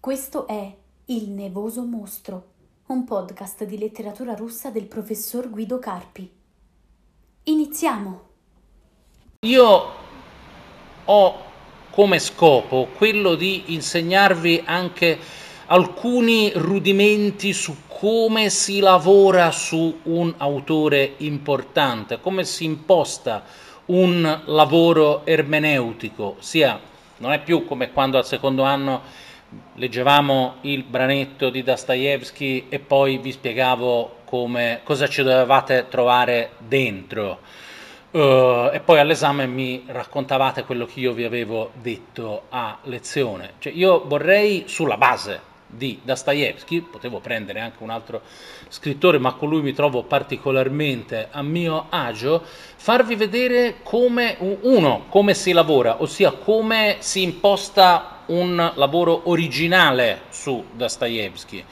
Questo è Il Nevoso Mostro, un podcast di letteratura russa del professor Guido Carpi. Iniziamo! Io ho come scopo quello di insegnarvi anche alcuni rudimenti su come si lavora su un autore importante, come si imposta un lavoro ermeneutico, ossia non è più come quando al secondo anno leggevamo il branetto di Dostoevsky e poi vi spiegavo cosa ci dovevate trovare dentro. E poi all'esame mi raccontavate quello che io vi avevo detto a lezione. Cioè, io vorrei, sulla base di Dostoevsky, potevo prendere anche un altro scrittore, ma con lui mi trovo particolarmente a mio agio, farvi vedere come si lavora, ossia come si imposta un lavoro originale su Dostoevsky.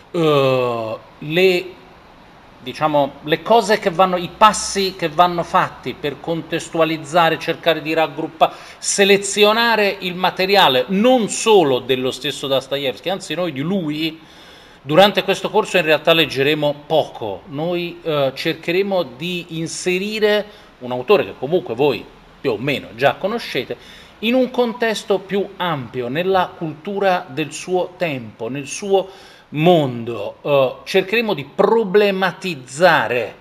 Le cose che vanno, i passi che vanno fatti per contestualizzare, cercare di raggruppare, selezionare il materiale non solo dello stesso Dostoevsky, anzi noi di lui durante questo corso in realtà leggeremo poco, noi cercheremo di inserire un autore che comunque voi più o meno già conoscete in un contesto più ampio, nella cultura del suo tempo, nel suo mondo. Cercheremo di problematizzare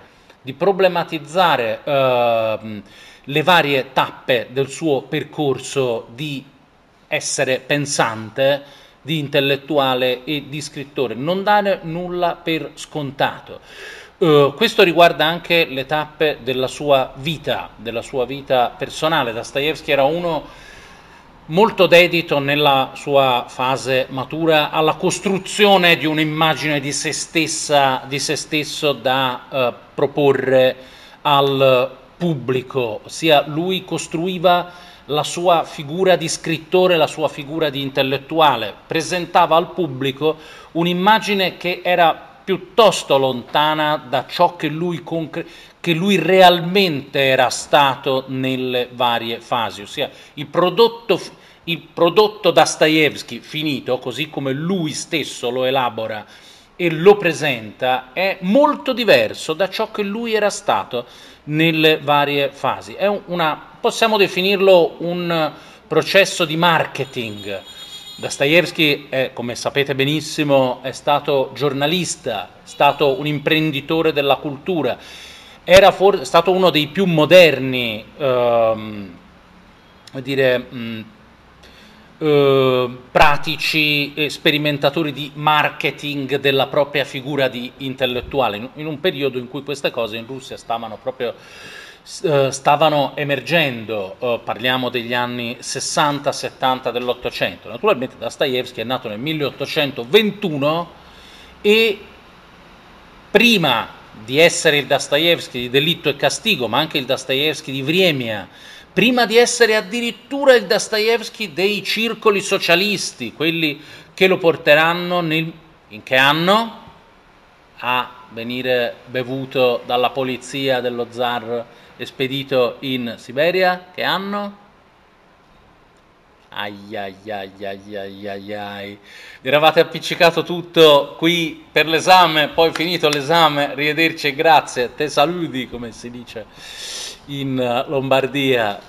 le varie tappe del suo percorso di essere pensante, di intellettuale e di scrittore, non dare nulla per scontato. Questo riguarda anche le tappe della sua vita personale. Dostoevsky era uno molto dedito nella sua fase matura alla costruzione di un'immagine di se stesso da proporre al pubblico, ossia lui costruiva la sua figura di scrittore, la sua figura di intellettuale, presentava al pubblico un'immagine che era piuttosto lontana da ciò che lui realmente era stato nelle varie fasi, ossia il prodotto Dostoevsky finito, così come lui stesso lo elabora e lo presenta, è molto diverso da ciò che lui era stato nelle varie fasi. Possiamo definirlo un processo di marketing. Dostoevsky, come sapete benissimo, è stato giornalista, è stato un imprenditore della cultura, era stato uno dei più moderni pratici e sperimentatori di marketing della propria figura di intellettuale, in un periodo in cui queste cose in Russia stavano emergendo, parliamo degli anni 60-70 dell'Ottocento. Naturalmente Dostoevsky è nato nel 1821 e prima di essere il Dostoevsky di Delitto e Castigo, ma anche il Dostoevsky di Vremya, prima di essere addirittura il Dostoevsky dei circoli socialisti, quelli che lo porteranno in che anno? A venire bevuto dalla polizia dello zar e spedito in Siberia. Che anno? Ai ai ai ai ai ai ai. Vi eravate appiccicato tutto qui per l'esame, poi finito l'esame, arrivederci e grazie, te saluti come si dice in Lombardia.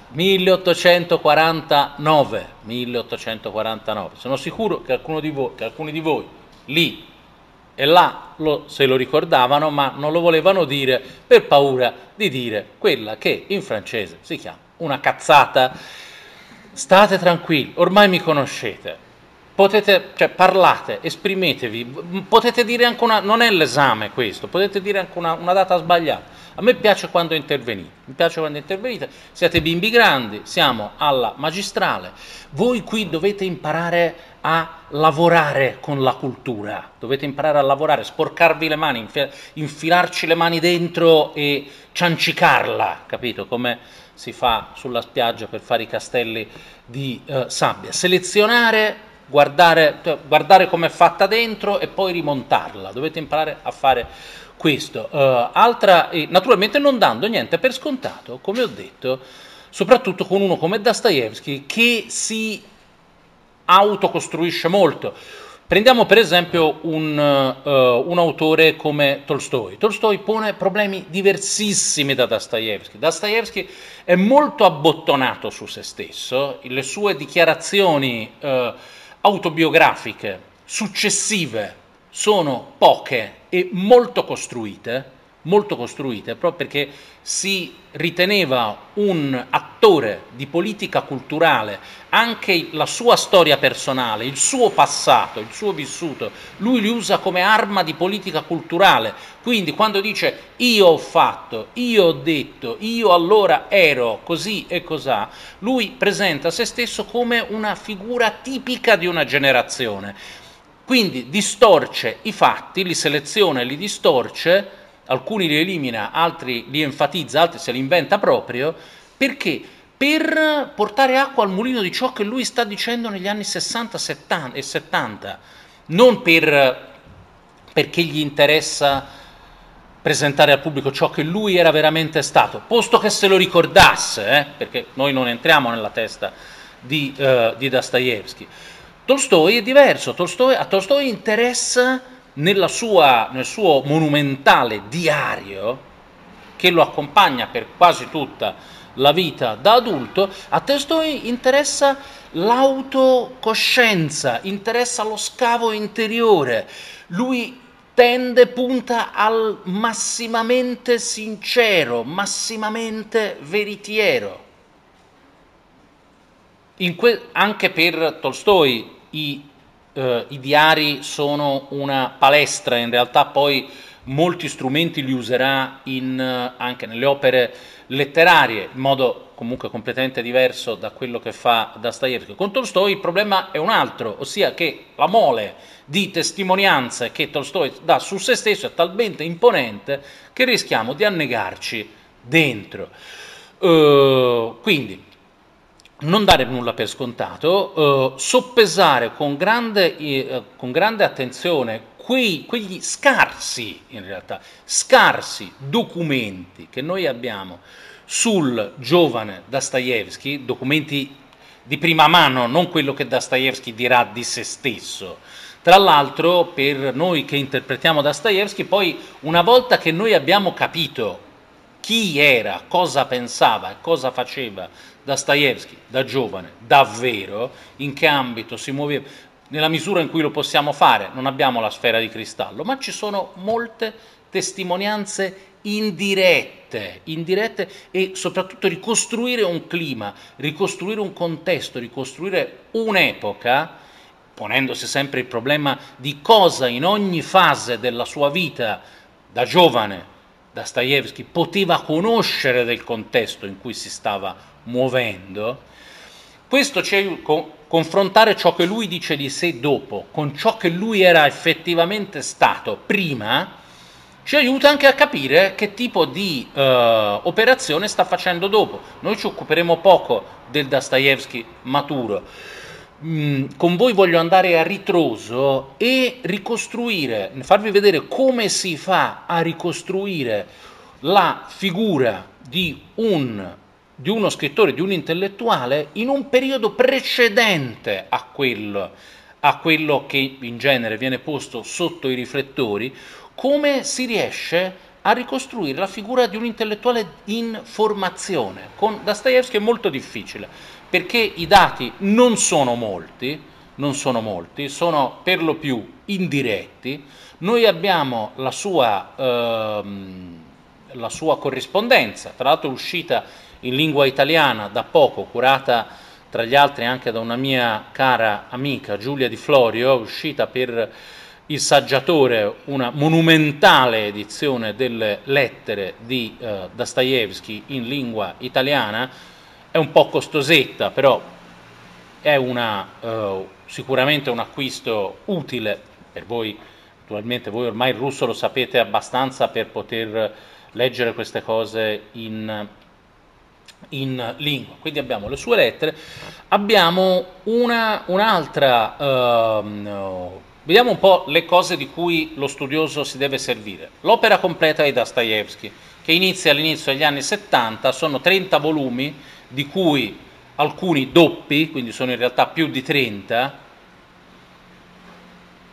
1849. Sono sicuro che alcuni di voi lì e là se lo ricordavano, ma non lo volevano dire per paura di dire quella che in francese si chiama una cazzata. State tranquilli, ormai mi conoscete, parlate, esprimetevi, potete dire anche non è l'esame questo, potete dire anche una data sbagliata. A me piace quando intervenite, siete bimbi grandi, siamo alla magistrale, voi qui dovete imparare a lavorare con la cultura, dovete imparare a lavorare, sporcarvi le mani, infilarci le mani dentro e ciancicarla, capito? Come si fa sulla spiaggia per fare i castelli di sabbia. Selezionare, guardare come è fatta dentro e poi rimontarla. Dovete imparare a fare questo. Naturalmente non dando niente per scontato, come ho detto, soprattutto con uno come Dostoevsky che si autocostruisce molto. Prendiamo per esempio un autore come Tolstoi. Tolstoi pone problemi diversissimi da Dostoevskij. Dostoevskij è molto abbottonato su se stesso, le sue dichiarazioni autobiografiche successive sono poche e molto costruite proprio perché si riteneva un attore di politica culturale, anche la sua storia personale, il suo passato, il suo vissuto, lui li usa come arma di politica culturale. Quindi quando dice io ho fatto, io ho detto, io allora ero così e cosà, lui presenta se stesso come una figura tipica di una generazione. Quindi distorce i fatti, li seleziona e li distorce, alcuni li elimina, altri li enfatizza, altri se li inventa proprio, perché? Per portare acqua al mulino di ciò che lui sta dicendo negli anni 60 e 70, non perché gli interessa presentare al pubblico ciò che lui era veramente stato, posto che se lo ricordasse, perché noi non entriamo nella testa di Dostoevskij. Tolstoi è diverso, a Tolstoi interessa nel suo monumentale diario, che lo accompagna per quasi tutta la vita da adulto, a Tolstoi interessa l'autocoscienza, interessa lo scavo interiore, lui punta al massimamente sincero, massimamente veritiero. Anche per Tolstoi i diari sono una palestra, in realtà poi molti strumenti li userà anche nelle opere letterarie, in modo comunque completamente diverso da quello che fa Dostoevskij. Con Tolstoi il problema è un altro, ossia che la mole di testimonianze che Tolstoi dà su se stesso è talmente imponente che rischiamo di annegarci dentro. Quindi non dare nulla per scontato, soppesare con grande attenzione quegli scarsi documenti che noi abbiamo sul giovane Dostoevskij, documenti di prima mano, non quello che Dostoevskij dirà di se stesso. Tra l'altro, per noi che interpretiamo Dostoevskij, poi una volta che noi abbiamo capito chi era, cosa pensava e cosa faceva Dostoevskij da giovane, davvero, in che ambito si muoveva, nella misura in cui lo possiamo fare, non abbiamo la sfera di cristallo, ma ci sono molte testimonianze indirette e soprattutto ricostruire un clima, ricostruire un contesto, ricostruire un'epoca, ponendosi sempre il problema di cosa in ogni fase della sua vita da giovane Dostoevskij poteva conoscere del contesto in cui si stava muovendo. Questo ci confrontare ciò che lui dice di sé dopo con ciò che lui era effettivamente stato prima ci aiuta anche a capire che tipo di operazione sta facendo dopo. Noi ci occuperemo poco del Dostoevskij maturo. Con voi voglio andare a ritroso e ricostruire, farvi vedere come si fa a ricostruire la figura di uno scrittore, di un intellettuale in un periodo precedente a quello che in genere viene posto sotto i riflettori, come si riesce a ricostruire la figura di un intellettuale in formazione. Con Dostoevskij è molto difficile, perché i dati non sono molti, sono per lo più indiretti. Noi abbiamo la sua corrispondenza, tra l'altro uscita in lingua italiana da poco, curata tra gli altri anche da una mia cara amica Giulia Di Florio, uscita per Il Saggiatore, una monumentale edizione delle lettere di Dostoevskij in lingua italiana. È un po' costosetta, però è sicuramente un acquisto utile per voi. Naturalmente voi ormai il russo lo sapete abbastanza per poter leggere queste cose in lingua. Quindi abbiamo le sue lettere, abbiamo un'altra, vediamo un po' le cose di cui lo studioso si deve servire. L'opera completa di Dostoevskij, che inizia all'inizio degli anni 70, sono 30 volumi, di cui alcuni doppi, quindi sono in realtà più di 30,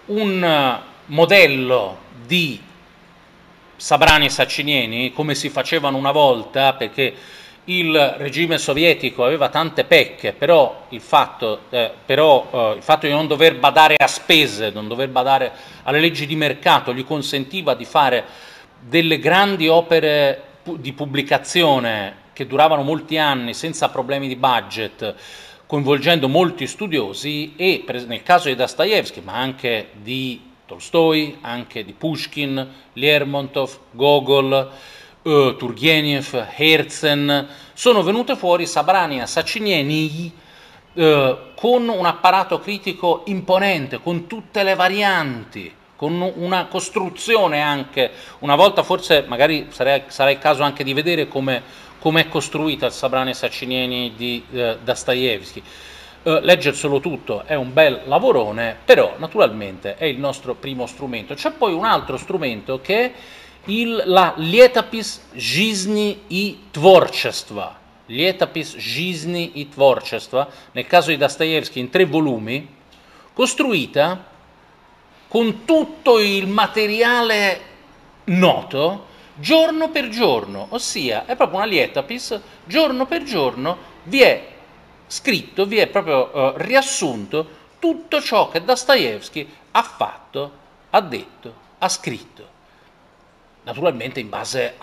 un modello di Sabrani e Sacinieni, come si facevano una volta, perché il regime sovietico aveva tante pecche, però il fatto di non dover badare a spese, non dover badare alle leggi di mercato, gli consentiva di fare delle grandi opere di pubblicazione che duravano molti anni senza problemi di budget, coinvolgendo molti studiosi, e nel caso di Dostoevsky, ma anche di Tolstoi, anche di Pushkin, Lermontov, Gogol, Turgenev, Herzen, sono venute fuori Sabrani e Sacinieni con un apparato critico imponente, con tutte le varianti, con una costruzione anche, una volta forse magari sarà il caso anche di vedere come è costruita il Sabrani e Sacinieni di Dostoevsky. Leggerselo tutto è un bel lavorone, però naturalmente è il nostro primo strumento. C'è poi un altro strumento che è la Lietopis Жизни и Творчества. Lietopis Жизни и Творчества, nel caso di Dostoevsky in 3 volumi, costruita con tutto il materiale noto giorno per giorno, ossia è proprio una Lietopis, giorno per giorno vi è scritto, vi è proprio riassunto tutto ciò che Dostoevsky ha fatto, ha detto, ha scritto, naturalmente in base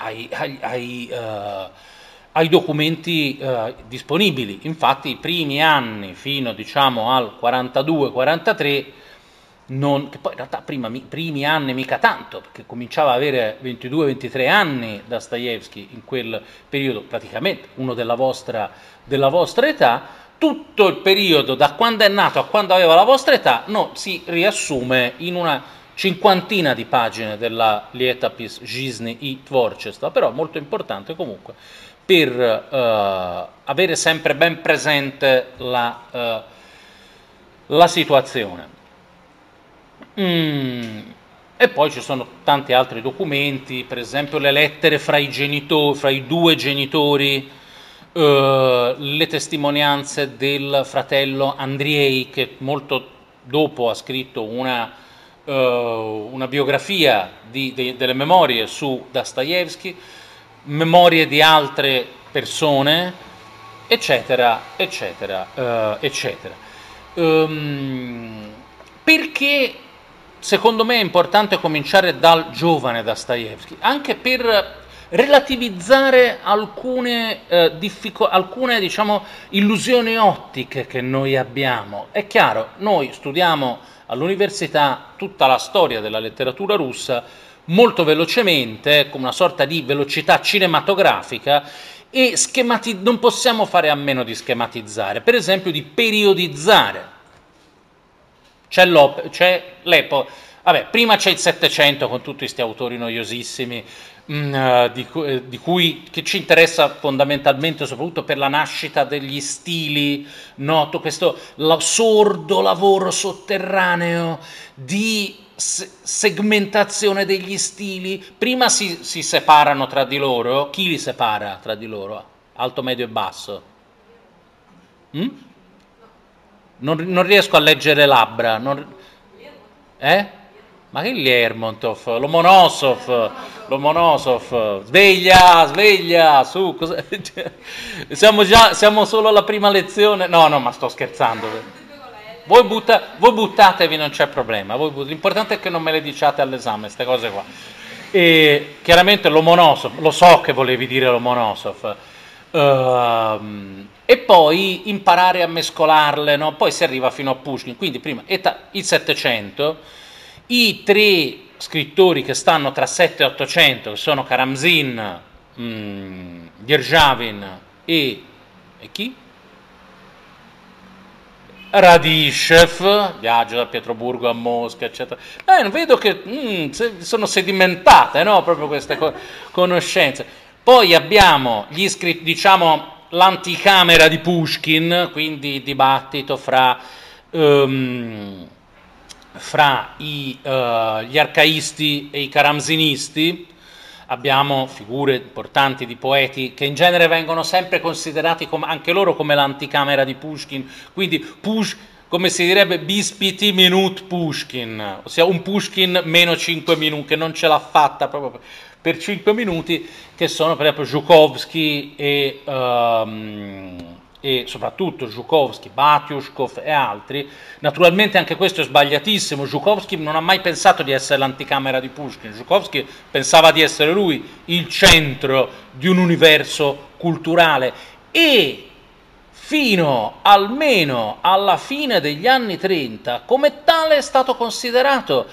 ai documenti disponibili. Infatti i primi anni, fino diciamo al 42-43, che poi in realtà primi anni mica tanto, perché cominciava ad avere 22-23 anni Dostoevsky in quel periodo, praticamente uno della vostra età. Tutto il periodo da quando è nato a quando aveva la vostra età si riassume in una cinquantina di pagine della Lietopis Жизни и Творчества, però molto importante comunque per avere sempre ben presente la situazione. E poi ci sono tanti altri documenti, per esempio le lettere fra i due genitori, le testimonianze del fratello Andrei, che molto dopo ha scritto una biografia delle memorie su Dostoevsky, memorie di altre persone, eccetera, eccetera, eccetera. Perché secondo me è importante cominciare dal giovane Dostoevsky, anche per relativizzare alcune diciamo, illusioni ottiche che noi abbiamo. È chiaro, noi studiamo all'università tutta la storia della letteratura russa molto velocemente, con una sorta di velocità cinematografica, e non possiamo fare a meno di schematizzare, per esempio di periodizzare. C'è l'epoca, vabbè, prima c'è il Settecento con tutti questi autori noiosissimi, che ci interessa fondamentalmente soprattutto per la nascita degli stili, noto questo sordo lavoro sotterraneo di segmentazione degli stili. Prima si separano tra di loro. Chi li separa tra di loro? Alto, medio e basso? Non riesco a leggere labbra. Ma che Lermontov? Lomonosov, sveglia, su, siamo solo alla prima lezione. No, ma sto scherzando. Voi buttatevi, non c'è problema. L'importante è che non me le diciate all'esame, queste cose qua. E chiaramente Lomonosov, lo so che volevi dire Lomonosov. E poi imparare a mescolarle, no? Poi si arriva fino a Pushkin. Quindi prima il Settecento, i 3 scrittori che stanno tra 7 e 800, che sono Karamzin, Derzhavin e chi? Radishev, viaggio da Pietroburgo a Mosca, eccetera. Vedo che sono sedimentate, no? Proprio queste conoscenze. Poi abbiamo gli scritti, diciamo, l'anticamera di Pushkin, quindi il dibattito fra gli arcaisti e i karamzinisti. Abbiamo figure importanti di poeti che in genere vengono sempre considerati anche loro come l'anticamera di Pushkin, quindi come si direbbe, bis 5 minut Pushkin, ossia un Pushkin meno 5 minuti, che non ce l'ha fatta proprio per 5 minuti, che sono per esempio Zhukovsky e soprattutto Zhukovsky, Batyushkov e altri. Naturalmente anche questo è sbagliatissimo. Zhukovsky non ha mai pensato di essere l'anticamera di Pushkin. Zhukovsky pensava di essere lui il centro di un universo culturale, e fino almeno alla fine degli anni 30 come tale è stato considerato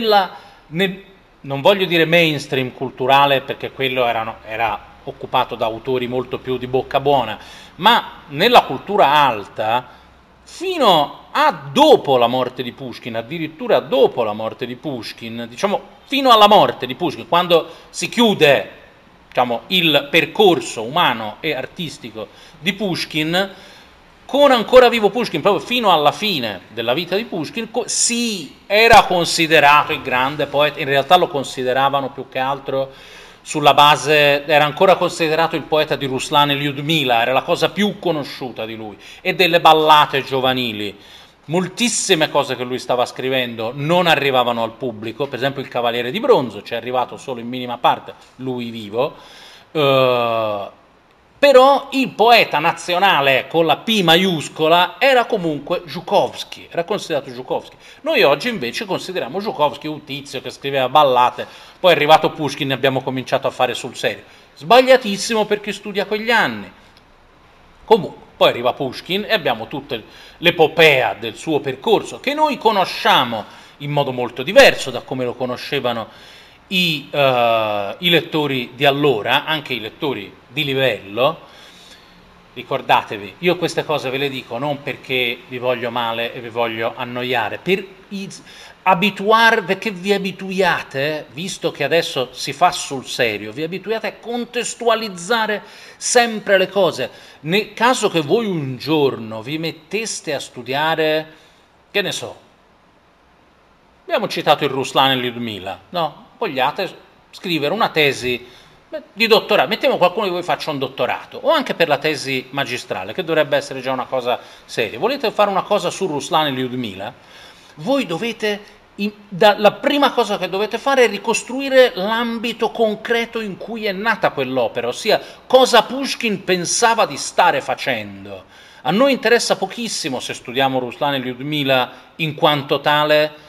non voglio dire mainstream culturale, perché quello era occupato da autori molto più di bocca buona, ma nella cultura alta fino a dopo la morte di Pushkin, addirittura dopo la morte di Pushkin, diciamo fino alla morte di Pushkin, quando si chiude, diciamo, il percorso umano e artistico di Pushkin, con ancora vivo Pushkin, proprio fino alla fine della vita di Pushkin, sì, era considerato il grande poeta, in realtà lo consideravano più che altro sulla base, era ancora considerato il poeta di Ruslan e Lyudmila, era la cosa più conosciuta di lui, e delle ballate giovanili. Moltissime cose che lui stava scrivendo non arrivavano al pubblico, per esempio il Cavaliere di Bronzo ci è arrivato solo in minima parte, lui vivo, però il poeta nazionale con la P maiuscola era comunque Zhukovsky, era considerato Zhukovsky. Noi oggi invece consideriamo Zhukovsky un tizio che scriveva ballate, poi è arrivato Pushkin e abbiamo cominciato a fare sul serio. Sbagliatissimo per chi studia quegli anni. Comunque, poi arriva Pushkin e abbiamo tutta l'epopea del suo percorso, che noi conosciamo in modo molto diverso da come lo conoscevano i lettori di allora, anche i lettori di livello. Ricordatevi, io queste cose ve le dico non perché vi voglio male e vi voglio annoiare, perché vi abituiate, visto che adesso si fa sul serio, vi abituiate a contestualizzare sempre le cose. Nel caso che voi un giorno vi metteste a studiare, che ne so, abbiamo citato il Ruslan e Lyudmila, no? Vogliate scrivere una tesi di dottorato, mettiamo qualcuno di voi faccia un dottorato, o anche per la tesi magistrale, che dovrebbe essere già una cosa seria. Volete fare una cosa su Ruslan e Lyudmila? Voi dovete, la prima cosa che dovete fare è ricostruire l'ambito concreto in cui è nata quell'opera, ossia cosa Pushkin pensava di stare facendo. A noi interessa pochissimo, se studiamo Ruslan e Lyudmila in quanto tale,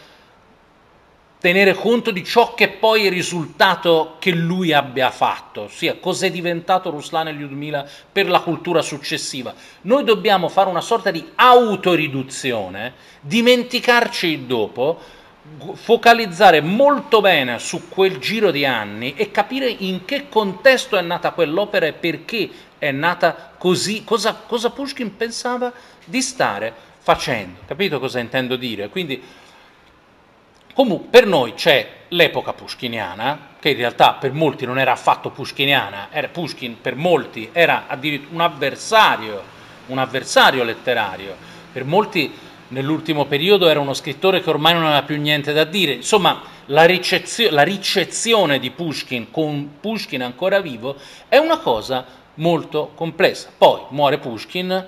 tenere conto di ciò che poi è il risultato che lui abbia fatto, ossia cos'è diventato Ruslan e Lyudmila per la cultura successiva. Noi dobbiamo fare una sorta di autoriduzione, dimenticarci il dopo, focalizzare molto bene su quel giro di anni e capire in che contesto è nata quell'opera e perché è nata così, cosa Pushkin pensava di stare facendo. Capito cosa intendo dire? Quindi comunque per noi c'è l'epoca pushkiniana, che in realtà per molti non era affatto pushkiniana, Pushkin per molti era addirittura un avversario letterario, per molti nell'ultimo periodo era uno scrittore che ormai non aveva più niente da dire. Insomma, la ricezione di Pushkin con Pushkin ancora vivo è una cosa molto complessa. Poi muore Pushkin,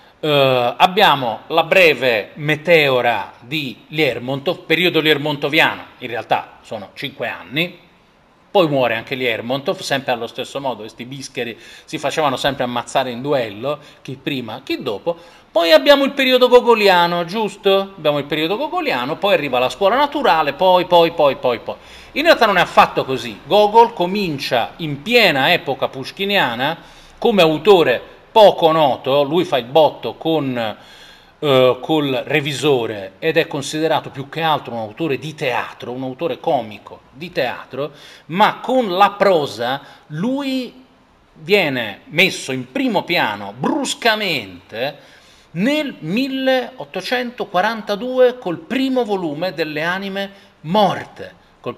abbiamo la breve meteora di Lermontov, periodo lermontoviano, in realtà sono 5 anni, poi muore anche Lermontov, sempre allo stesso modo, questi bischeri si facevano sempre ammazzare in duello, chi prima, chi dopo. Poi abbiamo il periodo gogoliano, giusto? Abbiamo il periodo gogoliano, poi arriva la scuola naturale, poi. In realtà non è affatto così. Gogol comincia in piena epoca pushkiniana come autore poco noto, lui fa il botto col Revisore ed è considerato più che altro un autore di teatro, un autore comico di teatro, ma con la prosa lui viene messo in primo piano bruscamente nel 1842 col primo volume delle Anime Morte,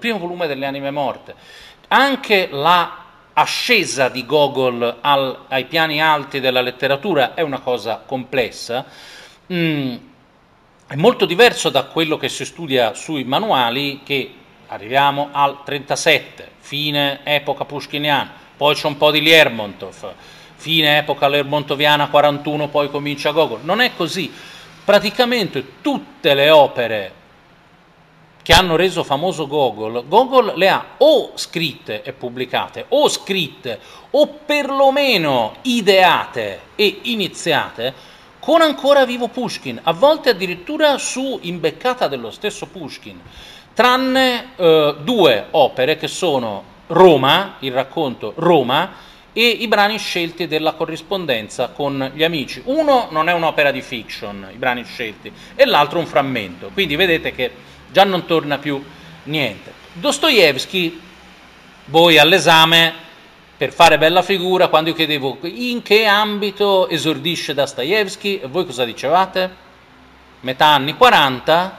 Anche la ascesa di Gogol ai piani alti della letteratura è una cosa complessa, è molto diverso da quello che si studia sui manuali, che arriviamo al 37, fine epoca pushkiniana, poi c'è un po' di Lermontov, fine epoca lermontoviana 41, poi comincia Gogol. Non è così. praticamente tutte le opere che hanno reso famoso Gogol le ha o scritte e pubblicate, o scritte, o perlomeno ideate e iniziate con ancora vivo Pushkin, a volte addirittura su imbeccata dello stesso Pushkin, tranne due opere che sono Roma, il racconto Roma, e i brani scelti della corrispondenza con gli amici. Uno non è un'opera di fiction, i brani scelti, e l'altro un frammento, quindi vedete che già non torna più niente. Dostoevskij, voi all'esame, per fare bella figura, quando io chiedevo in che ambito esordisce Dostoevskij, e voi cosa dicevate? Metà anni 40,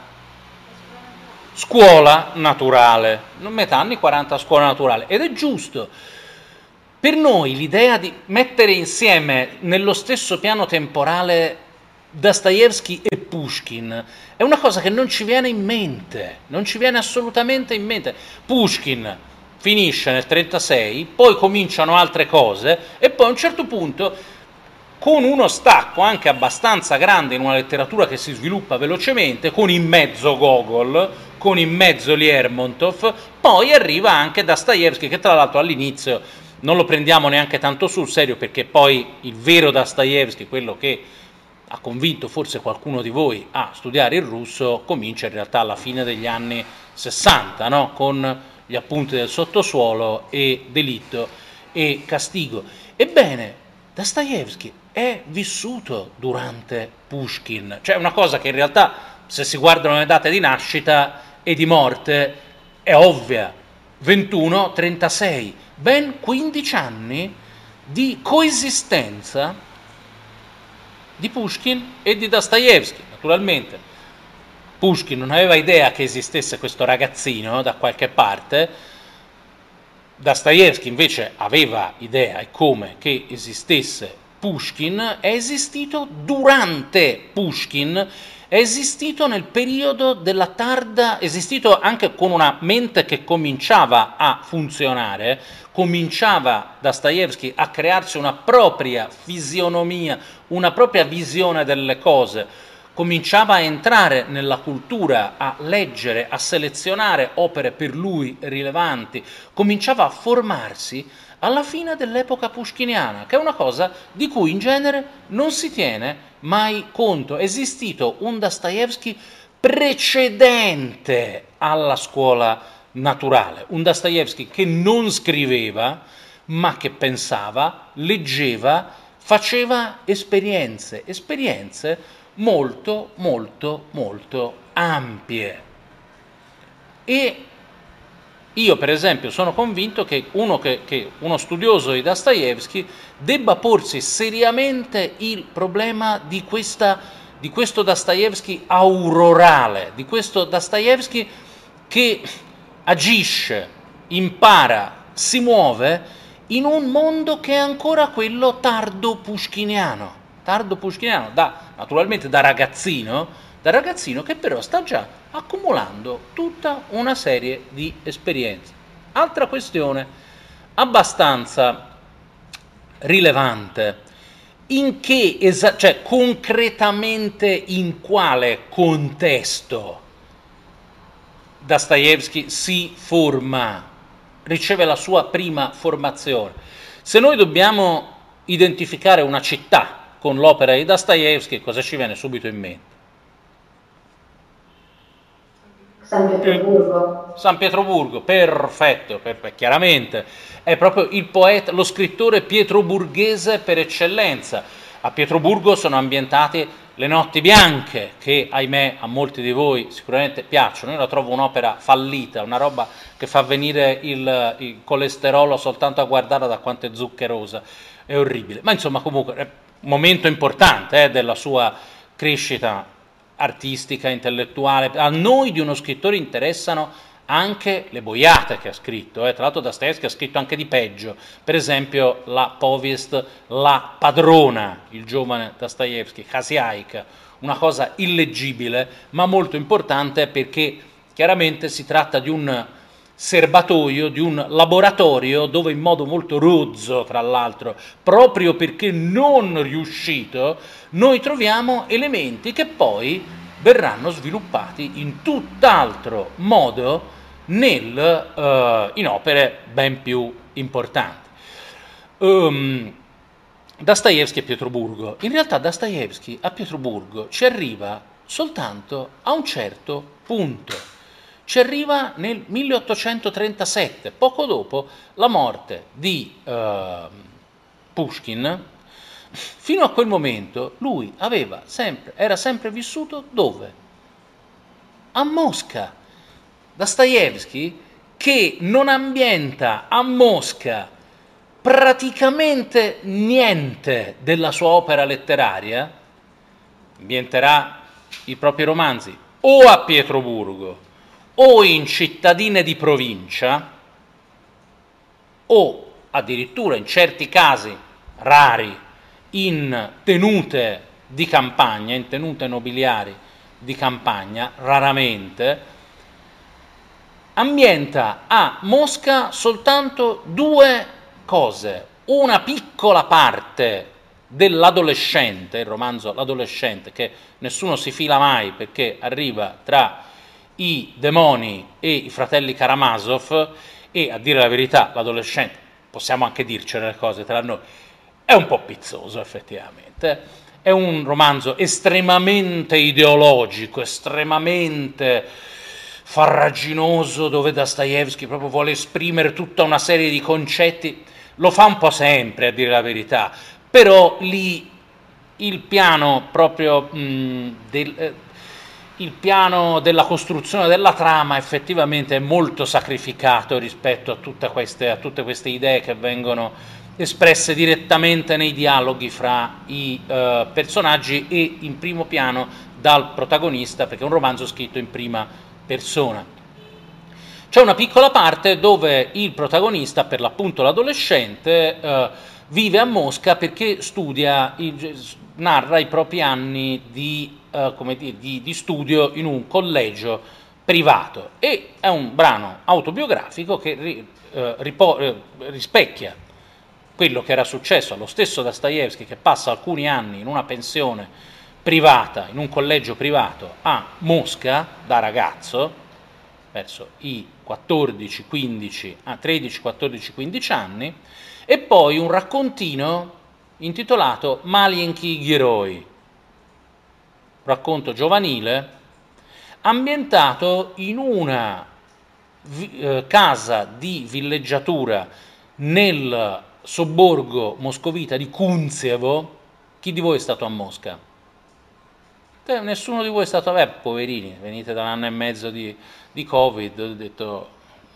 scuola naturale, metà anni 40 scuola naturale, ed è giusto. Per noi l'idea di mettere insieme nello stesso piano temporale Dostoevskij e Pushkin è una cosa che non ci viene in mente, non ci viene assolutamente in mente. Pushkin finisce nel 1936, poi cominciano altre cose e poi a un certo punto, con uno stacco anche abbastanza grande in una letteratura che si sviluppa velocemente, con in mezzo Gogol, con in mezzo Lermontov, poi arriva anche Dostoevskij, che tra l'altro all'inizio non lo prendiamo neanche tanto sul serio, perché poi il vero Dostoevskij, quello che ha convinto forse qualcuno di voi a studiare il russo, comincia in realtà alla fine degli anni 60, no? Con gli appunti del sottosuolo e delitto e castigo. Ebbene, Dostoevskij è vissuto durante Pushkin, cioè una cosa che in realtà, se si guardano le date di nascita e di morte, è ovvia. 21-36, ben 15 anni di coesistenza di Pushkin e di Dostoevskij. Naturalmente Pushkin non aveva idea che esistesse questo ragazzino da qualche parte, Dostoevskij invece aveva idea e come che esistesse Pushkin, è esistito durante Pushkin, è esistito nel periodo della tarda, è esistito anche con una mente che cominciava a funzionare, cominciava Dostoevskij a crearsi una propria fisionomia, una propria visione delle cose, cominciava a entrare nella cultura, a leggere, a selezionare opere per lui rilevanti, cominciava a formarsi alla fine dell'epoca pushkiniana, che è una cosa di cui in genere non si tiene mai conto. È esistito un Dostoevskij precedente alla scuola naturale, un Dostoevskij che non scriveva, ma che pensava, leggeva, faceva esperienze molto, molto, molto ampie. E io, per esempio, sono convinto che uno studioso di Dostoevskij debba porsi seriamente il problema di questo Dostoevskij aurorale, di questo Dostoevskij che agisce, impara, si muove in un mondo che è ancora quello tardo pushkiniano, naturalmente da ragazzino che però sta già accumulando tutta una serie di esperienze. Altra questione abbastanza rilevante: cioè concretamente in quale contesto Dostoevskij si forma, riceve la sua prima formazione? Se noi dobbiamo identificare una città con l'opera di Dostoevskij, cosa ci viene subito in mente? San Pietroburgo. San Pietroburgo, perfetto, chiaramente è proprio il poeta, lo scrittore pietroburghese per eccellenza. A Pietroburgo sono ambientate le Notti Bianche, che ahimè a molti di voi sicuramente piacciono. Io la trovo un'opera fallita, una roba che fa venire il colesterolo soltanto a guardarla, da quanto è zuccherosa, è orribile. Ma insomma, comunque è un momento importante della sua crescita artistica, intellettuale. A noi di uno scrittore interessano anche le boiate che ha scritto, tra l'altro Dostoevskij ha scritto anche di peggio, per esempio la povest La padrona, il giovane Dostoevskij, Khasiaika, una cosa illeggibile ma molto importante, perché chiaramente si tratta di un serbatoio, di un laboratorio dove in modo molto rozzo, tra l'altro, proprio perché non riuscito, noi troviamo elementi che poi verranno sviluppati in tutt'altro modo in opere ben più importanti. Dostoevskij e Pietroburgo. In realtà Dostoevskij a Pietroburgo ci arriva soltanto a un certo punto. Ci arriva nel 1837, poco dopo la morte di Pushkin. Fino a quel momento lui era sempre vissuto dove? A Mosca. Dostoevskij, che non ambienta a Mosca praticamente niente della sua opera letteraria, ambienterà i propri romanzi o a Pietroburgo o in cittadine di provincia o addirittura in certi casi rari in tenute di campagna, in tenute nobiliari di campagna, raramente. Ambienta a Mosca soltanto due cose: una piccola parte dell'adolescente, il romanzo L'adolescente, che nessuno si fila mai perché arriva tra i demoni e i fratelli Karamazov, e a dire la verità l'adolescente, possiamo anche dircene le cose tra noi, è un po' pizzoso effettivamente. È un romanzo estremamente ideologico, estremamente farraginoso, dove Dostoevskij proprio vuole esprimere tutta una serie di concetti. Lo fa un po' sempre, a dire la verità, però lì il piano proprio il piano della costruzione della trama effettivamente è molto sacrificato rispetto a tutte queste idee che vengono espresse direttamente nei dialoghi fra i personaggi e in primo piano dal protagonista, perché è un romanzo scritto in prima persona. C'è una piccola parte dove il protagonista, per l'appunto l'adolescente, vive a Mosca perché narra i propri anni di studio in un collegio privato, e è un brano autobiografico che rispecchia quello che era successo allo stesso Dostoevskij, che passa alcuni anni in una pensione privata, in un collegio privato a Mosca da ragazzo, verso i 13, 14, 15 anni, e poi un raccontino intitolato Malienki Gheroi, racconto giovanile ambientato in una casa di villeggiatura nel sobborgo moscovita di Kunzevo. Chi di voi è stato a Mosca? Nessuno di voi è stato, poverini, venite da un anno e mezzo di Covid, ho detto,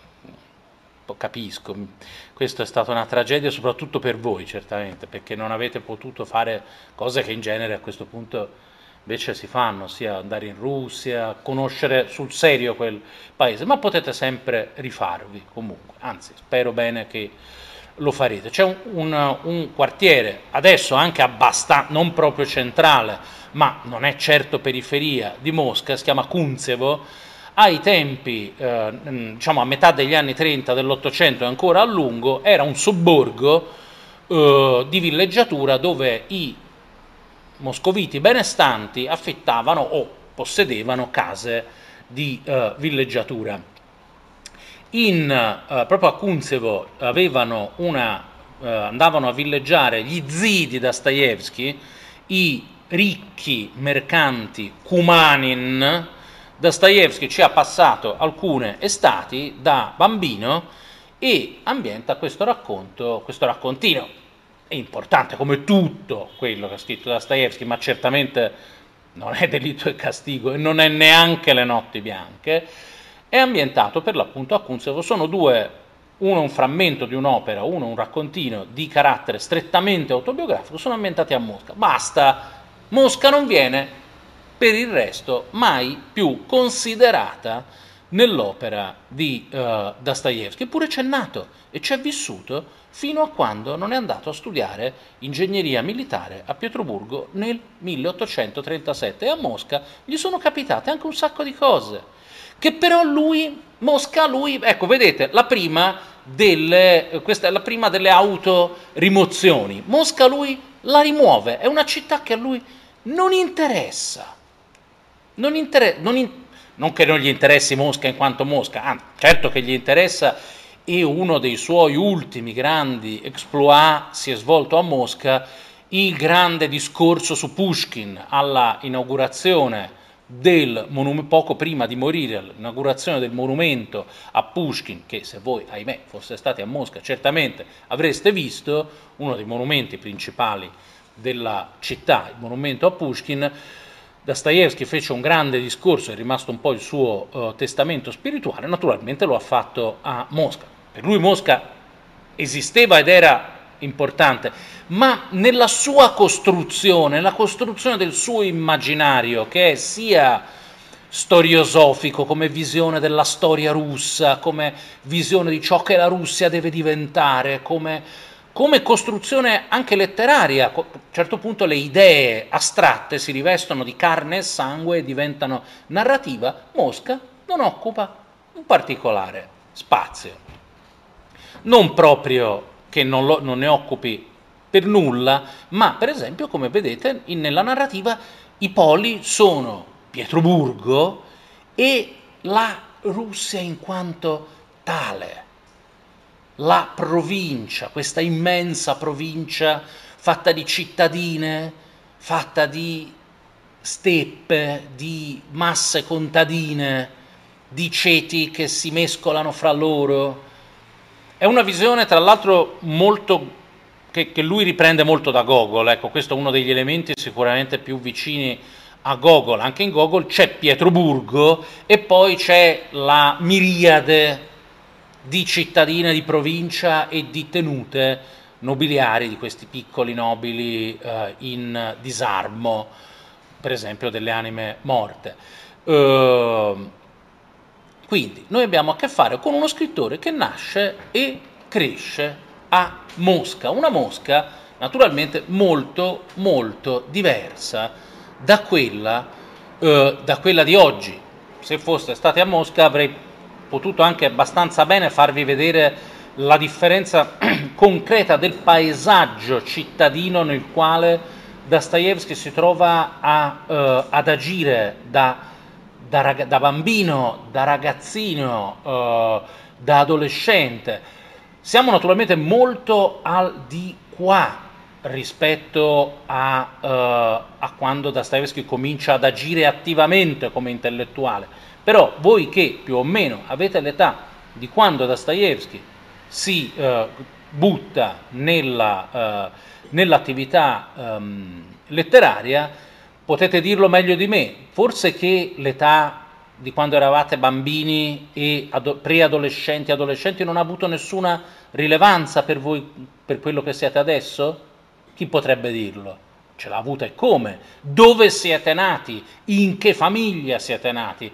capisco, questa è stata una tragedia soprattutto per voi, certamente, perché non avete potuto fare cose che in genere a questo punto invece si fanno, ossia andare in Russia, conoscere sul serio quel paese, ma potete sempre rifarvi comunque, anzi spero bene che lo farete. C'è un quartiere, adesso anche abbastanza, non proprio centrale, ma non è certo periferia di Mosca, si chiama Kunzevo. Ai tempi, diciamo a metà degli anni 30 dell'Ottocento e ancora a lungo, era un sobborgo di villeggiatura dove i moscoviti benestanti affittavano o possedevano case di villeggiatura. Proprio a Kunzevo andavano a villeggiare gli zii di Dostoevskij, i ricchi mercanti Kumanin. Dostoevskij ci ha passato alcune estati da bambino e ambienta questo raccontino. È importante come tutto quello che ha scritto Dostoevskij, ma certamente non è Delitto e Castigo e non è neanche Le notti bianche. È ambientato per l'appunto a Kunzevo. Sono due, uno un frammento di un'opera, uno un raccontino di carattere strettamente autobiografico, sono ambientati a Mosca. Basta, Mosca non viene per il resto mai più considerata nell'opera di Dostoevskij, eppure c'è nato e c'è vissuto fino a quando non è andato a studiare ingegneria militare a Pietroburgo nel 1837, e a Mosca gli sono capitate anche un sacco di cose che però lui Mosca lui, ecco, vedete, questa è la prima delle autorimozioni. Mosca lui la rimuove, è una città che a lui non interessa. Non che non gli interessi Mosca in quanto Mosca, anzi, certo che gli interessa, e uno dei suoi ultimi grandi exploit si è svolto a Mosca, il grande discorso su Pushkin alla inaugurazione poco prima di morire, l'inaugurazione del monumento a Pushkin, che se voi, ahimè, foste stati a Mosca, certamente avreste visto, uno dei monumenti principali della città, il monumento a Pushkin. Dostoevskij fece un grande discorso, è rimasto un po' il suo testamento spirituale, naturalmente lo ha fatto a Mosca. Per lui Mosca esisteva ed era importante, ma nella sua costruzione, la costruzione del suo immaginario, che è sia storiosofico, come visione della storia russa, come visione di ciò che la Russia deve diventare, come costruzione anche letteraria. A un certo punto le idee astratte si rivestono di carne e sangue e diventano narrativa. Mosca non occupa un particolare spazio. Non proprio che non ne occupi per nulla, ma per esempio, come vedete, nella narrativa i poli sono Pietroburgo e la Russia in quanto tale, la provincia, questa immensa provincia fatta di cittadine, fatta di steppe, di masse contadine, di ceti che si mescolano fra loro. È una visione, tra l'altro, che lui riprende molto da Gogol. Ecco, questo è uno degli elementi sicuramente più vicini a Gogol. Anche in Gogol c'è Pietroburgo e poi c'è la miriade di cittadine di provincia e di tenute nobiliari di questi piccoli nobili in disarmo, per esempio delle anime morte. Quindi noi abbiamo a che fare con uno scrittore che nasce e cresce a Mosca, una Mosca naturalmente molto molto diversa da quella di oggi. Se foste stati a Mosca avrei potuto anche abbastanza bene farvi vedere la differenza concreta del paesaggio cittadino nel quale Dostoevskij si trova ad agire da bambino, da ragazzino, da adolescente. Siamo naturalmente molto al di qua rispetto a quando Dostoevskij comincia ad agire attivamente come intellettuale. Però voi che più o meno avete l'età di quando Dostoevskij si butta nell'attività letteraria, potete dirlo meglio di me. Forse che l'età di quando eravate bambini e preadolescenti, adolescenti, non ha avuto nessuna rilevanza per voi, per quello che siete adesso? Chi potrebbe dirlo? Ce l'ha avuta e come? Dove siete nati? In che famiglia siete nati?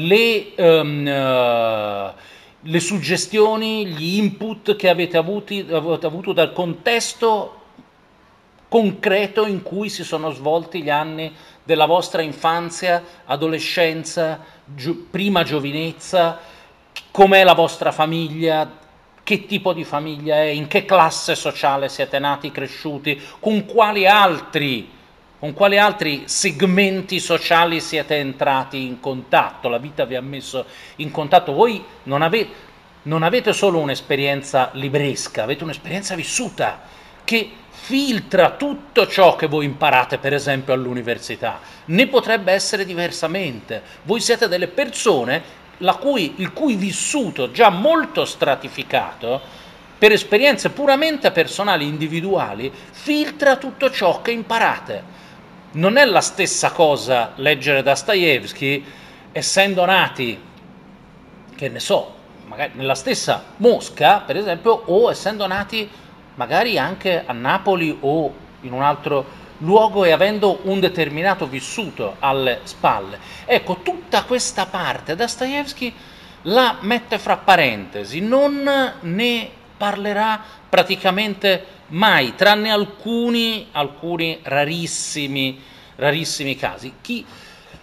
Le suggestioni, gli input che avete avuto dal contesto concreto in cui si sono svolti gli anni della vostra infanzia, adolescenza, prima giovinezza, com'è la vostra famiglia, che tipo di famiglia è, in che classe sociale siete nati, cresciuti, con quali altri segmenti sociali siete entrati in contatto, la vita vi ha messo in contatto. Voi non avete solo un'esperienza libresca, avete un'esperienza vissuta che filtra tutto ciò che voi imparate, per esempio all'università. Ne potrebbe essere diversamente. Voi siete delle persone il cui vissuto già molto stratificato, per esperienze puramente personali, individuali, filtra tutto ciò che imparate. Non è la stessa cosa leggere Dostoevskij essendo nati, che ne so, magari nella stessa Mosca, per esempio, o essendo nati magari anche a Napoli o in un altro luogo e avendo un determinato vissuto alle spalle. Ecco, tutta questa parte Dostoevskij la mette fra parentesi, non ne parlerà praticamente mai, tranne alcuni rarissimi casi.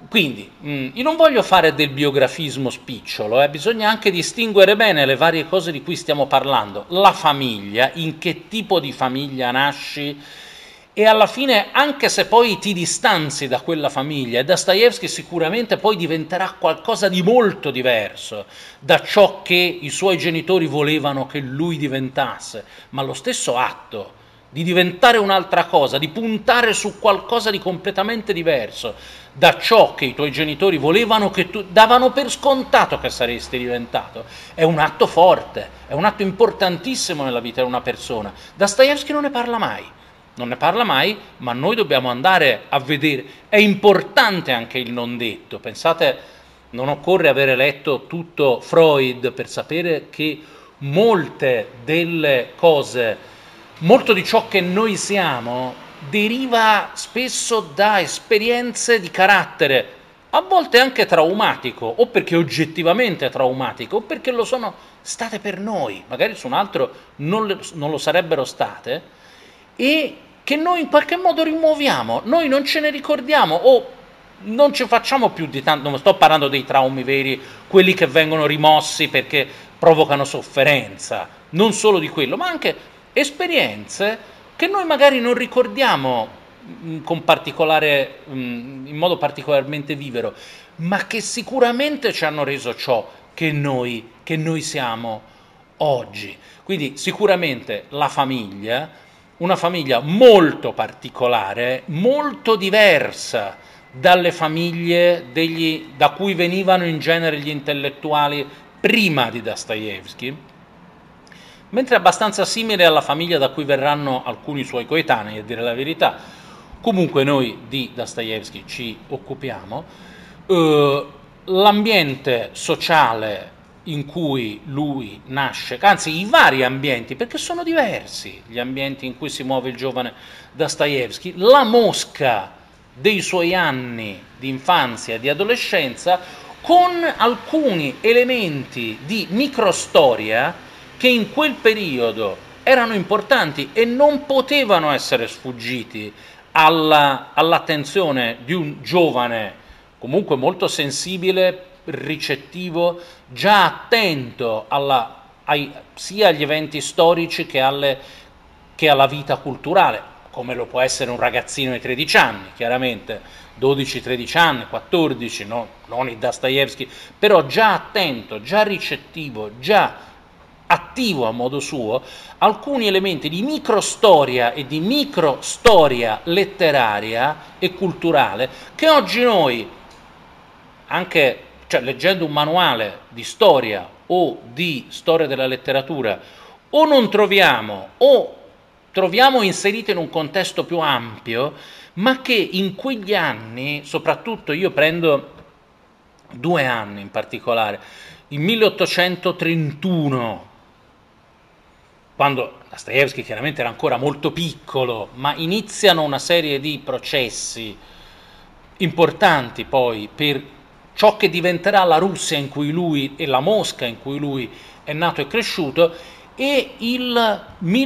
Quindi, io non voglio fare del biografismo spicciolo, bisogna anche distinguere bene le varie cose di cui stiamo parlando. La famiglia, in che tipo di famiglia nasci, e alla fine, anche se poi ti distanzi da quella famiglia, e Dostoevskij sicuramente poi diventerà qualcosa di molto diverso da ciò che i suoi genitori volevano che lui diventasse, ma lo stesso atto di diventare un'altra cosa, di puntare su qualcosa di completamente diverso da ciò che i tuoi genitori volevano che tu, davano per scontato che saresti diventato, è un atto forte, è un atto importantissimo nella vita di una persona. Dostoevskij non ne parla mai. Non ne parla mai, ma noi dobbiamo andare a vedere. È importante anche il non detto. Pensate, non occorre avere letto tutto Freud per sapere che molte delle cose, molto di ciò che noi siamo, deriva spesso da esperienze di carattere, a volte anche traumatico, o perché oggettivamente traumatico, o perché lo sono state per noi, magari su un altro non lo sarebbero state, e che noi in qualche modo rimuoviamo, noi non ce ne ricordiamo o non ci facciamo più di tanto, non sto parlando dei traumi veri, quelli che vengono rimossi perché provocano sofferenza, non solo di quello, ma anche esperienze che noi magari non ricordiamo con particolare, in modo particolarmente vivero, ma che sicuramente ci hanno reso ciò che noi siamo oggi. Quindi sicuramente la famiglia, una famiglia molto particolare, molto diversa dalle famiglie da cui venivano in genere gli intellettuali prima di Dostoevskij, mentre abbastanza simile alla famiglia da cui verranno alcuni suoi coetanei, a dire la verità. Comunque noi di Dostoevskij ci occupiamo. L'ambiente sociale in cui lui nasce, anzi i vari ambienti, perché sono diversi gli ambienti in cui si muove il giovane Dostoevskij, la Mosca dei suoi anni di infanzia e di adolescenza, con alcuni elementi di microstoria che in quel periodo erano importanti e non potevano essere sfuggiti all'attenzione di un giovane comunque molto sensibile, ricettivo, già attento sia agli eventi storici che alla vita culturale, come lo può essere un ragazzino di 13 anni, chiaramente, 12-13 anni, 14, no, non il Dostoevskij, però già attento, già ricettivo, già attivo a modo suo, alcuni elementi di microstoria e di microstoria letteraria e culturale che oggi noi, anche leggendo un manuale di storia o di storia della letteratura, o non troviamo o troviamo inserite in un contesto più ampio, ma che in quegli anni, soprattutto io prendo 2 anni in particolare, il 1831, quando Dostoevskij chiaramente era ancora molto piccolo, ma iniziano una serie di processi importanti poi per ciò che diventerà la Russia in cui lui e la Mosca in cui lui è nato e cresciuto, e il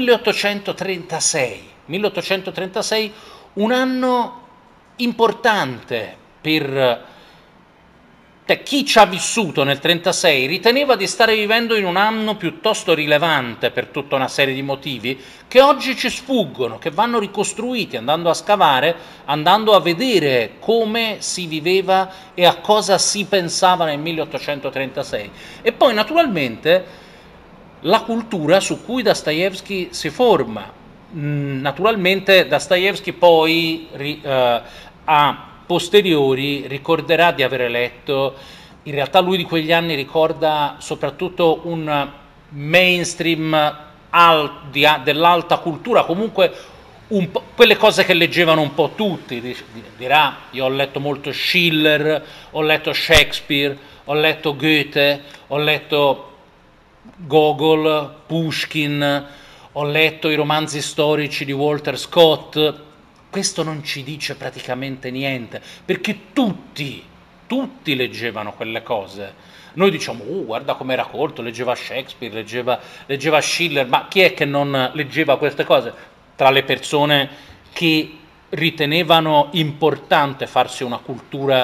1836, un anno importante per chi ci ha vissuto nel 1936 riteneva di stare vivendo in un anno piuttosto rilevante per tutta una serie di motivi che oggi ci sfuggono, che vanno ricostruiti andando a scavare, andando a vedere come si viveva e a cosa si pensava nel 1836. E poi naturalmente la cultura su cui Dostoevskij si forma. Naturalmente Dostoevskij poi a posteriori ricorderà di avere letto, in realtà lui di quegli anni ricorda soprattutto un mainstream dell'alta cultura, comunque quelle cose che leggevano un po' tutti, dirà, io ho letto molto Schiller, ho letto Shakespeare, ho letto Goethe, ho letto Gogol, Pushkin, ho letto i romanzi storici di Walter Scott. Questo non ci dice praticamente niente, perché tutti leggevano quelle cose. Noi diciamo, guarda com'era colto, leggeva Shakespeare, leggeva Schiller, ma chi è che non leggeva queste cose? Tra le persone che ritenevano importante farsi una cultura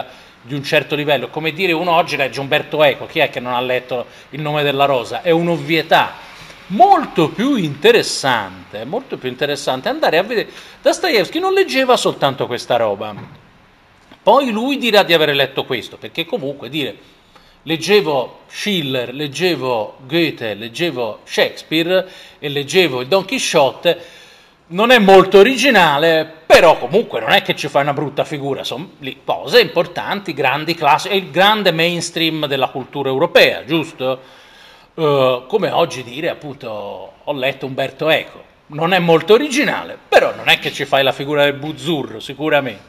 di un certo livello, come dire uno oggi legge Umberto Eco, chi è che non ha letto Il nome della rosa? È un'ovvietà. Molto più interessante andare a vedere. Dostoevskij non leggeva soltanto questa roba, poi lui dirà di aver letto questo, perché comunque dire leggevo Schiller, leggevo Goethe, leggevo Shakespeare e leggevo il Don Chisciotte non è molto originale, però comunque non è che ci fa una brutta figura, sono lì cose importanti, grandi classici, è il grande mainstream della cultura europea, giusto? Come oggi dire appunto ho letto Umberto Eco, non è molto originale, però non è che ci fai la figura del buzzurro, sicuramente.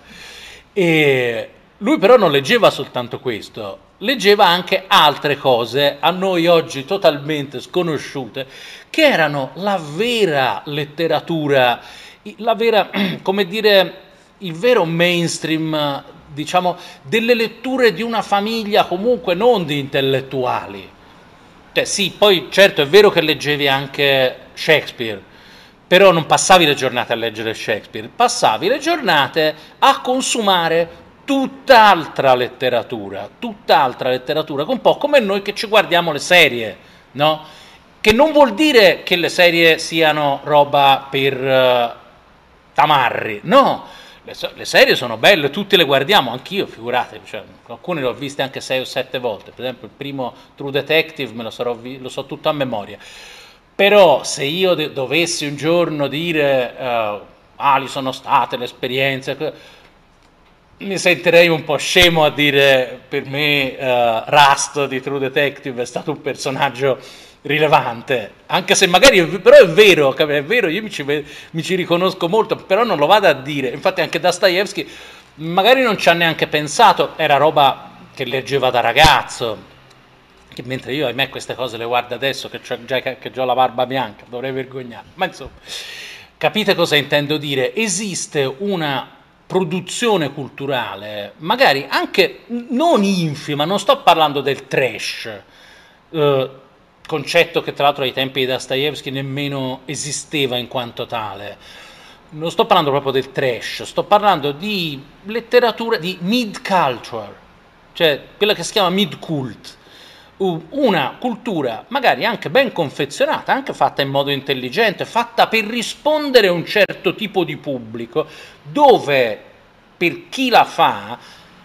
E lui però non leggeva soltanto questo, leggeva anche altre cose a noi oggi totalmente sconosciute, che erano la vera letteratura, la vera, come dire, il vero mainstream, diciamo, delle letture di una famiglia comunque non di intellettuali. Cioè, sì, poi certo è vero che leggevi anche Shakespeare, però non passavi le giornate a leggere Shakespeare, passavi le giornate a consumare tutt'altra letteratura, un po' come noi che ci guardiamo le serie, no? Che non vuol dire che le serie siano roba per tamarri, no, le serie sono belle, tutte le guardiamo, anch'io, figurate, cioè, alcune le ho viste anche 6 o 7 volte, per esempio il primo True Detective me lo so tutto a memoria, però se io dovessi un giorno dire quali sono state le esperienze, mi sentirei un po' scemo a dire per me Rust di True Detective è stato un personaggio rilevante, anche se magari però è vero, io mi ci riconosco molto, però non lo vado a dire. Infatti anche Dostoevskij magari non ci ha neanche pensato, era roba che leggeva da ragazzo, che mentre io ahimè queste cose le guardo adesso che ho la barba bianca, dovrei vergognarmi, ma insomma, capite cosa intendo dire? Esiste una produzione culturale, magari anche non infima, non sto parlando del trash, concetto che tra l'altro ai tempi di Dostoevskij nemmeno esisteva in quanto tale. Non sto parlando proprio del trash, sto parlando di letteratura, di mid-culture, cioè quella che si chiama mid-cult, una cultura magari anche ben confezionata, anche fatta in modo intelligente, fatta per rispondere a un certo tipo di pubblico, dove per chi la fa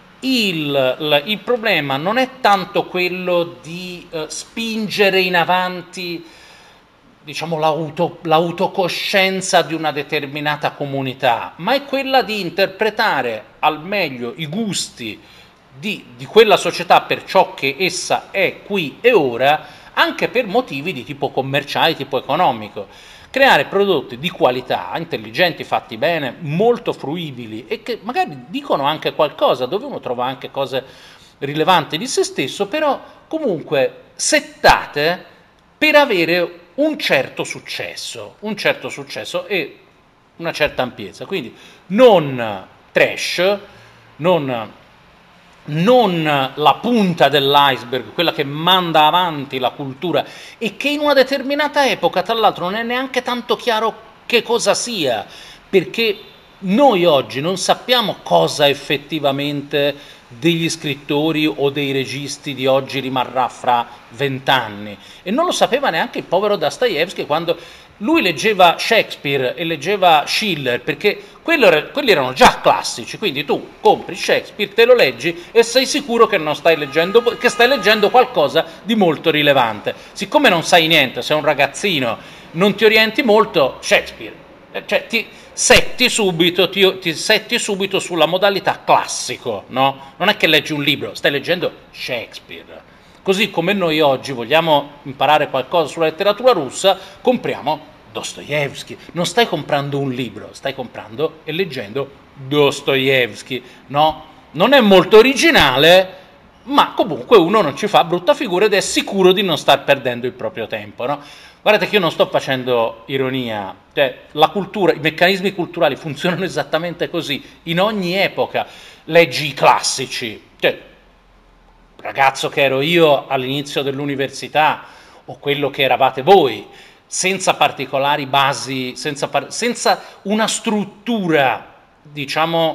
il problema non è tanto quello di spingere in avanti, diciamo, l'autocoscienza di una determinata comunità, ma è quella di interpretare al meglio i gusti di quella società per ciò che essa è qui e ora, anche per motivi di tipo commerciale, tipo economico. Creare prodotti di qualità, intelligenti, fatti bene, molto fruibili e che magari dicono anche qualcosa, dove uno trova anche cose rilevanti di se stesso, però comunque settate per avere un certo successo e una certa ampiezza. Quindi non trash, non la punta dell'iceberg, quella che manda avanti la cultura e che in una determinata epoca, tra l'altro, non è neanche tanto chiaro che cosa sia, perché noi oggi non sappiamo cosa effettivamente degli scrittori o dei registi di oggi rimarrà fra 20 anni, e non lo sapeva neanche il povero Dostoevskij quando lui leggeva Shakespeare e leggeva Schiller, perché quelli erano già classici, quindi tu compri Shakespeare, te lo leggi e sei sicuro che non stai leggendo, che stai leggendo qualcosa di molto rilevante. Siccome non sai niente, sei un ragazzino, non ti orienti molto, Shakespeare, cioè ti setti subito sulla modalità classico, no? Non è che leggi un libro, stai leggendo Shakespeare. Così come noi oggi vogliamo imparare qualcosa sulla letteratura russa, compriamo Dostoevskij. Non stai comprando un libro, stai comprando e leggendo Dostoevskij, no? Non è molto originale, ma comunque uno non ci fa brutta figura ed è sicuro di non star perdendo il proprio tempo, no? Guardate che io non sto facendo ironia, cioè la cultura, i meccanismi culturali funzionano esattamente così, in ogni epoca. Leggi i classici, cioè ragazzo che ero io all'inizio dell'università o quello che eravate voi, senza particolari basi, senza una struttura, diciamo,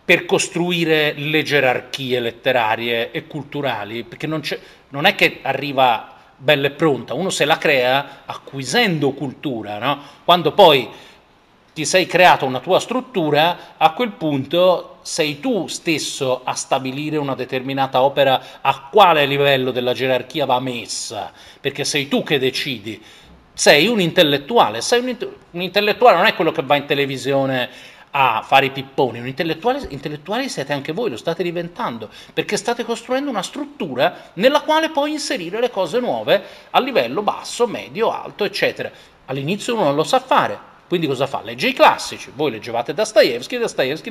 per costruire le gerarchie letterarie e culturali, perché non è che arriva bella e pronta, uno se la crea acquisendo cultura, no? Quando poi ti sei creato una tua struttura, a quel punto sei tu stesso a stabilire una determinata opera a quale livello della gerarchia va messa, perché sei tu che decidi. Sei un intellettuale, un intellettuale non è quello che va in televisione a fare i pipponi, intellettuali siete anche voi, lo state diventando, perché state costruendo una struttura nella quale puoi inserire le cose nuove a livello basso, medio, alto, eccetera. All'inizio uno non lo sa fare, quindi cosa fa? Legge i classici, voi leggevate Dostoevskij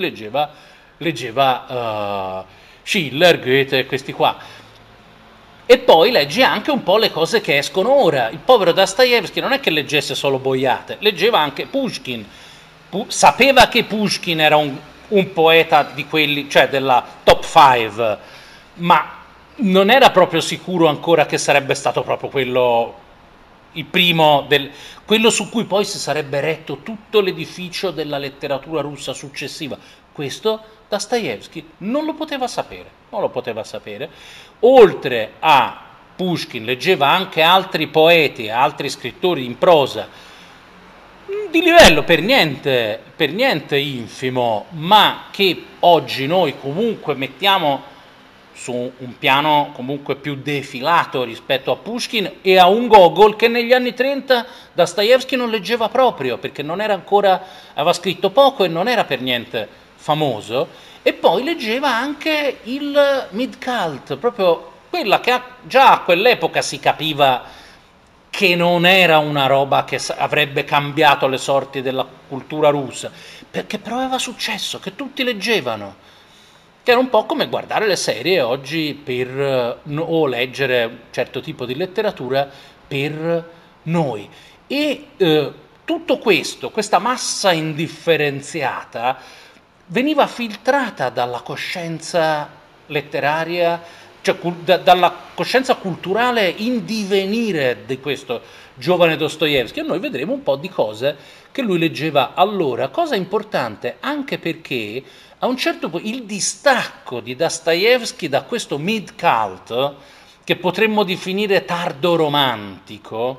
leggeva Schiller, Goethe, questi qua. E poi leggi anche un po' le cose che escono ora. Il povero Dostoevskij non è che leggesse solo boiate, leggeva anche Pushkin. Sapeva che Pushkin era un poeta di quelli, cioè della top 5, ma non era proprio sicuro ancora che sarebbe stato proprio quello, il primo, quello su cui poi si sarebbe retto tutto l'edificio della letteratura russa successiva. Questo Dostoevskij non lo poteva sapere, non lo poteva sapere. Oltre a Pushkin leggeva anche altri poeti, altri scrittori in prosa, di livello per niente infimo, ma che oggi noi comunque mettiamo su un piano comunque più defilato rispetto a Pushkin e a un Gogol che negli anni 30 Dostoevskij non leggeva proprio, perché non era ancora, aveva scritto poco e non era per niente famoso, e poi leggeva anche il Mid-Cult, proprio quella che già a quell'epoca si capiva che non era una roba che avrebbe cambiato le sorti della cultura russa, perché però aveva successo, che tutti leggevano, che era un po' come guardare le serie oggi o leggere un certo tipo di letteratura per noi. E tutto questo, questa massa indifferenziata, veniva filtrata dalla coscienza letteraria, cioè dalla coscienza culturale in divenire di questo giovane Dostoevskij, e noi vedremo un po' di cose che lui leggeva allora, cosa importante anche perché a un certo punto il distacco di Dostoevskij da questo mid-cult, che potremmo definire tardo romantico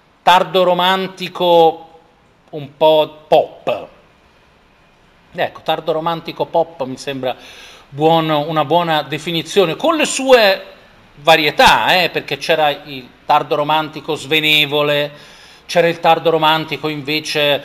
un po' pop. Ecco, tardo romantico pop mi sembra una buona definizione, con le sue varietà, perché c'era il tardo romantico svenevole, c'era il tardo romantico invece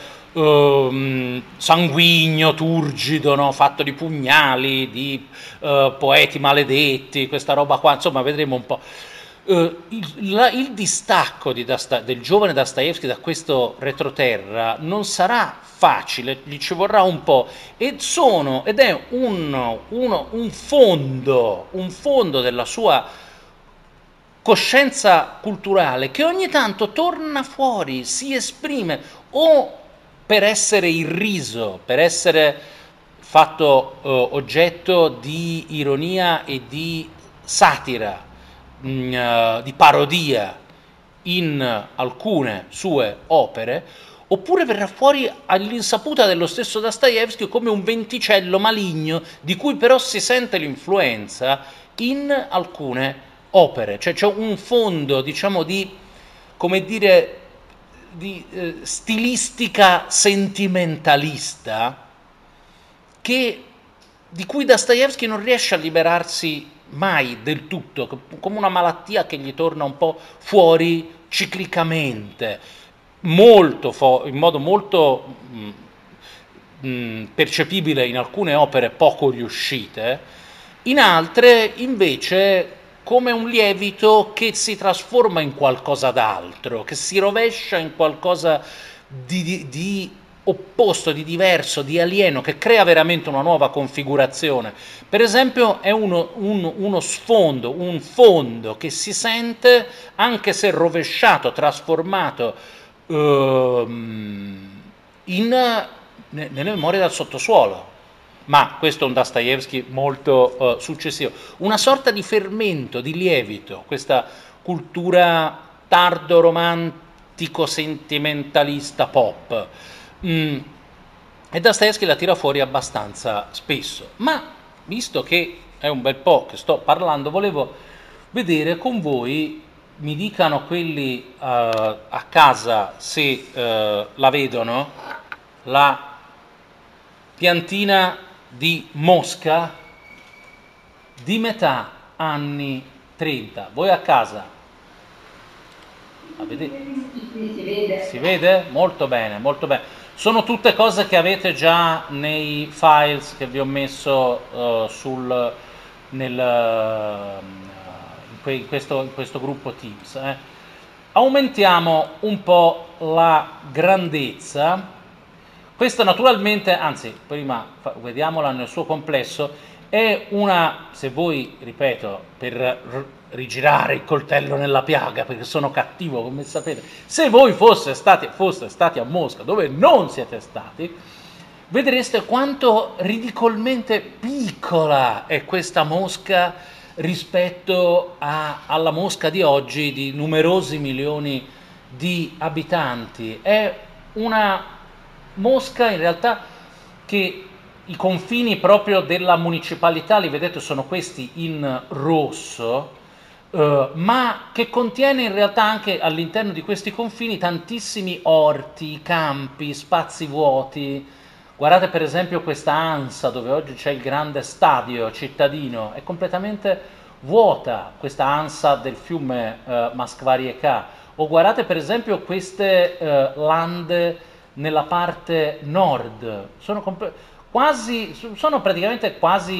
sanguigno, turgido, no? Fatto di pugnali, di poeti maledetti, questa roba qua, insomma vedremo un po'. Il distacco del giovane Dostoevskij da questo retroterra non sarà facile, gli ci vorrà un po', ed è un fondo della sua coscienza culturale che ogni tanto torna fuori, si esprime o per essere irriso, per essere fatto oggetto di ironia e di satira, di parodia in alcune sue opere, oppure verrà fuori all'insaputa dello stesso Dostoevskij come un venticello maligno di cui però si sente l'influenza in alcune opere, cioè c'è un fondo, diciamo, di, come dire, di stilistica sentimentalista di cui Dostoevskij non riesce a liberarsi mai del tutto, come una malattia che gli torna un po' fuori ciclicamente, in modo molto percepibile in alcune opere poco riuscite, in altre invece come un lievito che si trasforma in qualcosa d'altro, che si rovescia in qualcosa di opposto, di diverso, di alieno, che crea veramente una nuova configurazione. Per esempio è uno sfondo, un fondo che si sente anche se rovesciato, trasformato nelle memorie dal sottosuolo. Ma questo è un Dostoevskij molto successivo, una sorta di fermento, di lievito, questa cultura tardo romantico sentimentalista pop, e Dostoevskij la tira fuori abbastanza spesso. Ma visto che è un bel po' che sto parlando, volevo vedere con voi, mi dicano quelli a casa se la vedono, la piantina di Mosca di metà anni 30. Voi a casa la vedete? Si vede. Si vede? Molto bene, molto bene. Sono tutte cose che avete già nei files che vi ho messo in questo gruppo Teams. Aumentiamo un po' la grandezza. Questa naturalmente, anzi, prima vediamola nel suo complesso, è una, se voi, ripeto, per rigirare il coltello nella piaga, perché sono cattivo, come sapete, se voi foste stati a Mosca, dove non siete stati, vedreste quanto ridicolmente piccola è questa Mosca rispetto alla Mosca di oggi, di numerosi milioni di abitanti. È una Mosca in realtà che i confini proprio della municipalità, li vedete, sono questi in rosso, ma che contiene in realtà anche all'interno di questi confini tantissimi orti, campi, spazi vuoti. Guardate per esempio questa Ansa, dove oggi c'è il grande stadio cittadino, è completamente vuota questa Ansa del fiume Moskva-Rieka. O guardate per esempio queste lande nella parte nord, sono praticamente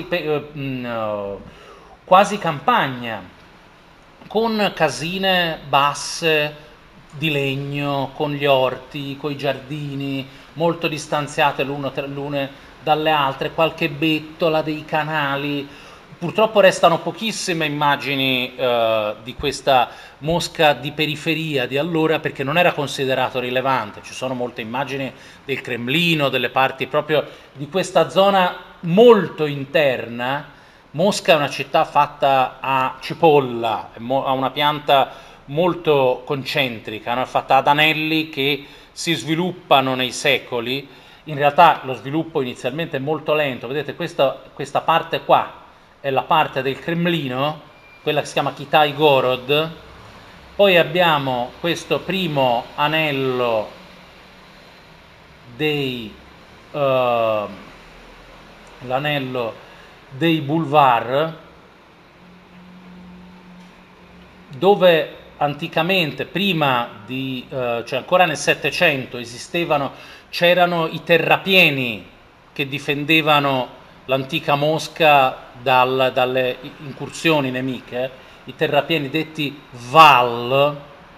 quasi campagna, con casine basse di legno, con gli orti, con i giardini, molto distanziate l'une dalle altre, qualche bettola, dei canali. Purtroppo restano pochissime immagini di questa Mosca di periferia di allora, perché non era considerato rilevante. Ci sono molte immagini del Cremlino, delle parti proprio di questa zona molto interna. Mosca è una città fatta a cipolla, ha una pianta molto concentrica, è fatta ad anelli che si sviluppano nei secoli. In realtà lo sviluppo inizialmente è molto lento. Vedete, questa parte qua è la parte del Cremlino, quella che si chiama Kitai-Gorod. Poi abbiamo questo primo anello l'anello dei boulevard, dove anticamente, cioè ancora nel Settecento, c'erano i terrapieni che difendevano l'antica Mosca dalle incursioni nemiche, i terrapieni detti Val,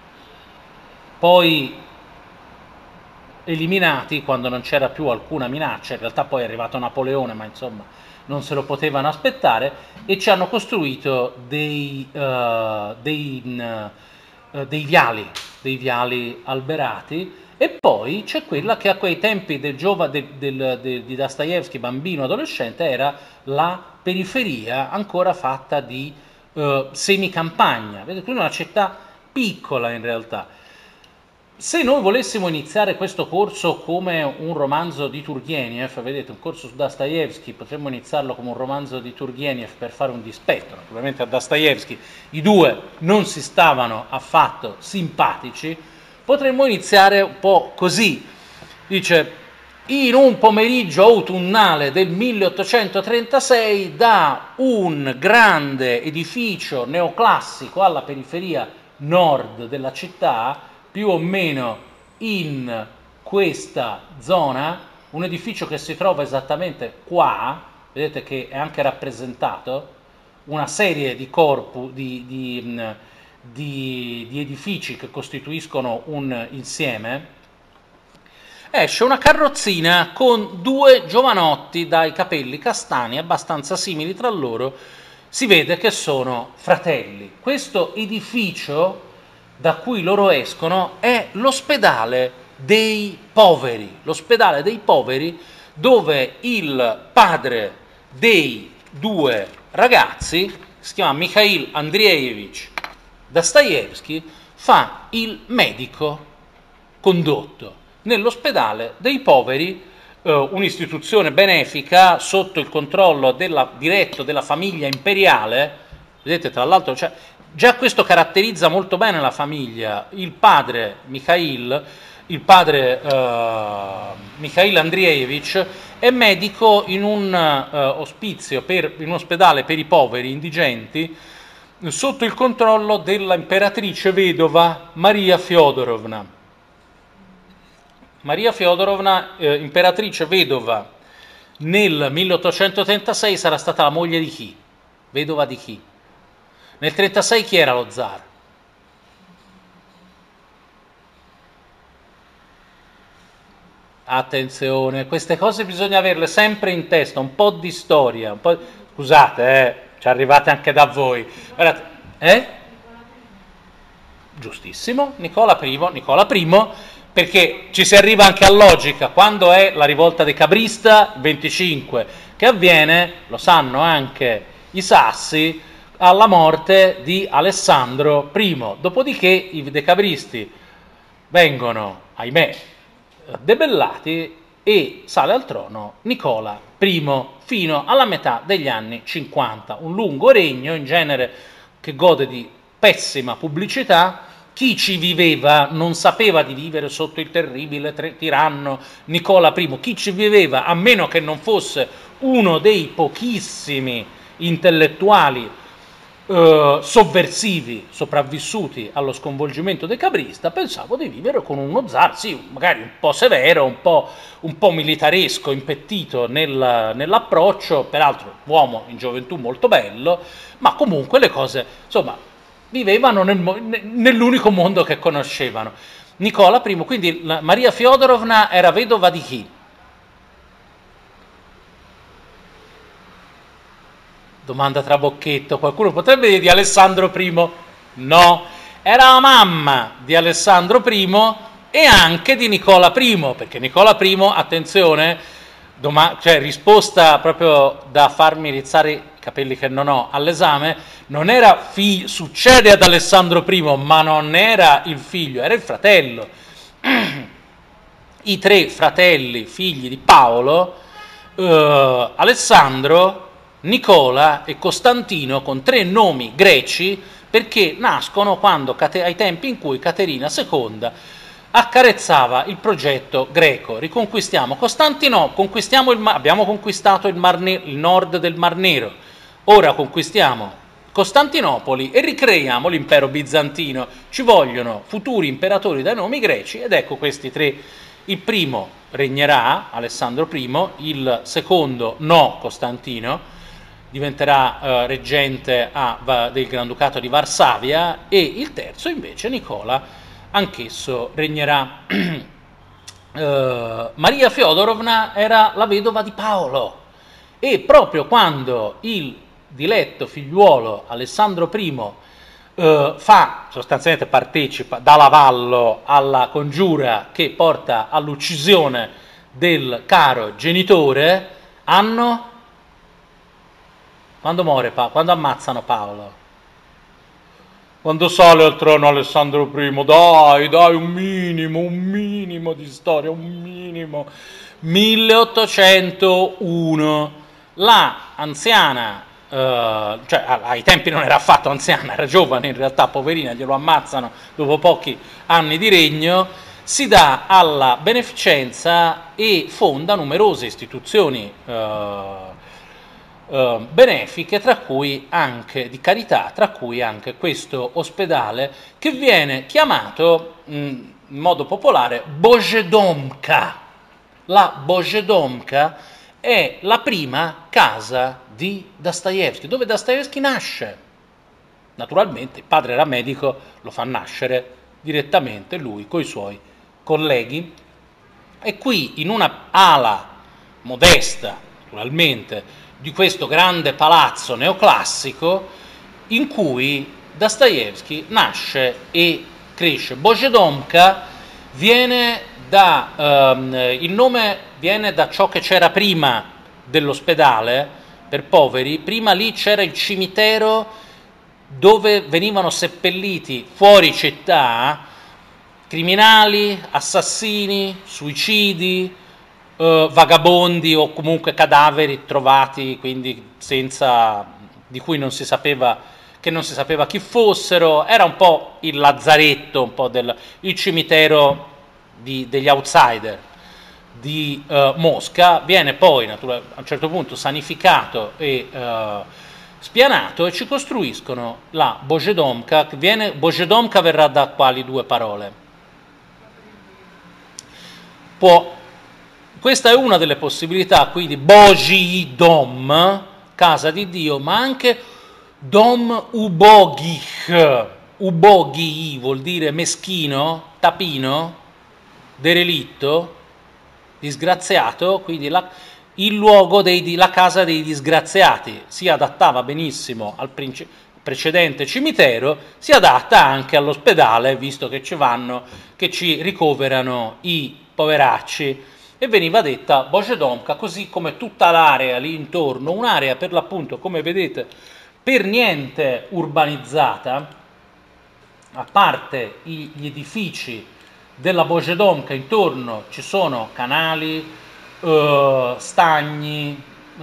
poi eliminati quando non c'era più alcuna minaccia. In realtà poi è arrivato Napoleone, ma insomma non se lo potevano aspettare, e ci hanno costruito dei viali alberati. E poi c'è quella che a quei tempi di Dostoevskij, bambino adolescente, era la periferia ancora fatta di semicampagna. Vedete, quindi una città piccola in realtà. Se noi volessimo iniziare questo corso come un romanzo di Turgenev, vedete, un corso su Dostoevskij, potremmo iniziarlo come un romanzo di Turgenev per fare un dispetto naturalmente a Dostoevskij. I due non si stavano affatto simpatici. Potremmo iniziare un po' così. Dice: in un pomeriggio autunnale del 1836, da un grande edificio neoclassico alla periferia nord della città, più o meno in questa zona, un edificio che si trova esattamente qua, vedete che è anche rappresentato, una serie di di edifici che costituiscono un insieme. Esce una carrozzina con due giovanotti dai capelli castani abbastanza simili tra loro, si vede che sono fratelli. Questo edificio da cui loro escono è l'ospedale dei poveri, dove il padre dei due ragazzi, si chiama Mikhail Andreevich Dostoevskij, fa il medico condotto nell'ospedale dei poveri un'istituzione benefica sotto il controllo diretto della famiglia imperiale. Vedete, tra l'altro, cioè, già questo caratterizza molto bene la famiglia. Il padre Mikhail Andreevich è medico in un ospizio, in un ospedale per i poveri indigenti, sotto il controllo dell'imperatrice vedova Maria Fyodorovna. Maria Fyodorovna, imperatrice vedova nel 1836, sarà stata la moglie di chi? Vedova di chi? Nel 1936 chi era lo zar? Attenzione, queste cose bisogna averle sempre in testa, un po' di storia, un po'. Scusate, ci arrivate anche da voi. Guardate, Giustissimo, Nicola I, perché ci si arriva anche a logica. Quando è la rivolta dei Cabrista, 25, che avviene, lo sanno anche i Sassi, alla morte di Alessandro I. Dopodiché i decabristi vengono, ahimè, debellati e sale al trono Nicola I fino alla metà degli anni 50. Un lungo regno, in genere, che gode di pessima pubblicità. Chi ci viveva non sapeva di vivere sotto il terribile tiranno Nicola I. Chi ci viveva, a meno che non fosse uno dei pochissimi intellettuali sovversivi sopravvissuti allo sconvolgimento decabrista, pensavo di vivere con uno zar, sì, magari un po' severo, un po' militaresco, impettito nell'approccio, peraltro uomo in gioventù molto bello, ma comunque le cose, insomma, vivevano nell'unico mondo che conoscevano. Nicola I, quindi Maria Fyodorovna era vedova di chi? Domanda trabocchetto, qualcuno potrebbe dire di Alessandro I? No, era la mamma di Alessandro I e anche di Nicola I, perché Nicola I, attenzione, cioè risposta proprio da farmi rizzare i capelli che non ho all'esame, non era succede ad Alessandro I, ma non era il figlio, era il fratello. I tre fratelli, figli di Paolo, Alessandro, Nicola e Costantino, con tre nomi greci, perché nascono ai tempi in cui Caterina II accarezzava il progetto greco. Riconquistiamo Costantinopoli, abbiamo conquistato il nord del Mar Nero, ora conquistiamo Costantinopoli e ricreiamo l'impero bizantino. Ci vogliono futuri imperatori dai nomi greci ed ecco questi tre. Il primo regnerà, Alessandro I, il secondo no, Costantino, diventerà reggente del Granducato di Varsavia e il terzo invece, Nicola, anch'esso regnerà. Maria Fyodorovna era la vedova di Paolo e proprio quando il diletto figliuolo Alessandro I sostanzialmente partecipa, dà l'avallo alla congiura che porta all'uccisione del caro genitore, quando ammazzano Paolo? Quando sale al trono Alessandro I, dai, un minimo di storia, un minimo. 1801, la anziana, cioè ai tempi non era affatto anziana, era giovane in realtà, poverina, glielo ammazzano dopo pochi anni di regno, si dà alla beneficenza e fonda numerose istituzioni benefiche, tra cui anche di carità, tra cui anche questo ospedale che viene chiamato in modo popolare Božedomka. La Božedomka è la prima casa di Dostoevskij, dove Dostoevskij nasce. Naturalmente il padre era medico, lo fa nascere direttamente lui coi suoi colleghi e qui in una ala modesta, naturalmente, di questo grande palazzo neoclassico in cui Dostoevskij nasce e cresce. Božedomka il nome viene da ciò che c'era prima dell'ospedale per poveri. Prima lì c'era il cimitero dove venivano seppelliti fuori città criminali, assassini, suicidi, vagabondi o comunque cadaveri trovati, quindi di cui non si sapeva, che non si sapeva chi fossero. Era un po' il lazzaretto, un po' il cimitero degli outsider di Mosca. Viene poi a un certo punto sanificato e spianato, e ci costruiscono la Božedomka. Božedomka verrà da quali due parole? Questa è una delle possibilità, quindi Božji dom, casa di Dio, ma anche dom ubogih. Uboghi vuol dire meschino, tapino, derelitto, disgraziato, quindi il luogo la casa dei disgraziati. Si adattava benissimo al precedente cimitero, si adatta anche all'ospedale, visto che ci ricoverano i poveracci, e veniva detta Božedomka, così come tutta l'area lì intorno, un'area per l'appunto, come vedete, per niente urbanizzata, a parte gli edifici della Božedomka. Intorno ci sono canali, stagni,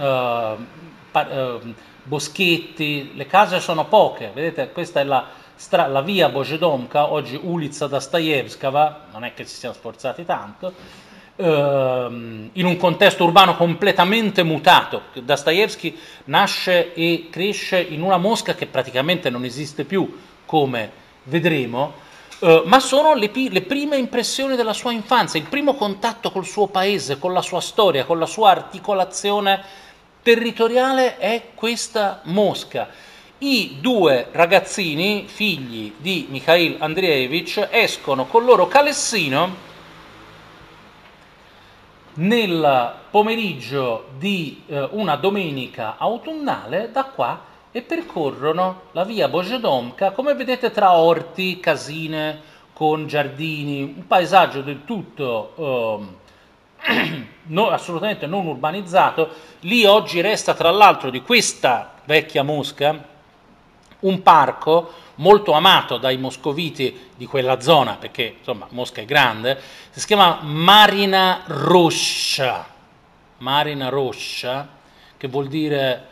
boschetti, le case sono poche. Vedete, questa è la via Božedomka, oggi Ulica Dostojevskava, non è che si siano sforzati tanto, in un contesto urbano completamente mutato. Dostoevskij nasce e cresce in una Mosca che praticamente non esiste più, come vedremo, ma sono le prime impressioni della sua infanzia, il primo contatto col suo paese, con la sua storia, con la sua articolazione territoriale è questa Mosca. I due ragazzini, figli di Mikhail Andreevich, escono col loro calessino nel pomeriggio di una domenica autunnale da qua e percorrono la via Božedomka, come vedete, tra orti, casine, con giardini, un paesaggio del tutto assolutamente non urbanizzato. Lì oggi resta, tra l'altro, di questa vecchia Mosca un parco molto amato dai moscoviti di quella zona, perché insomma Mosca è grande, si chiama Marina Rossa, che vuol dire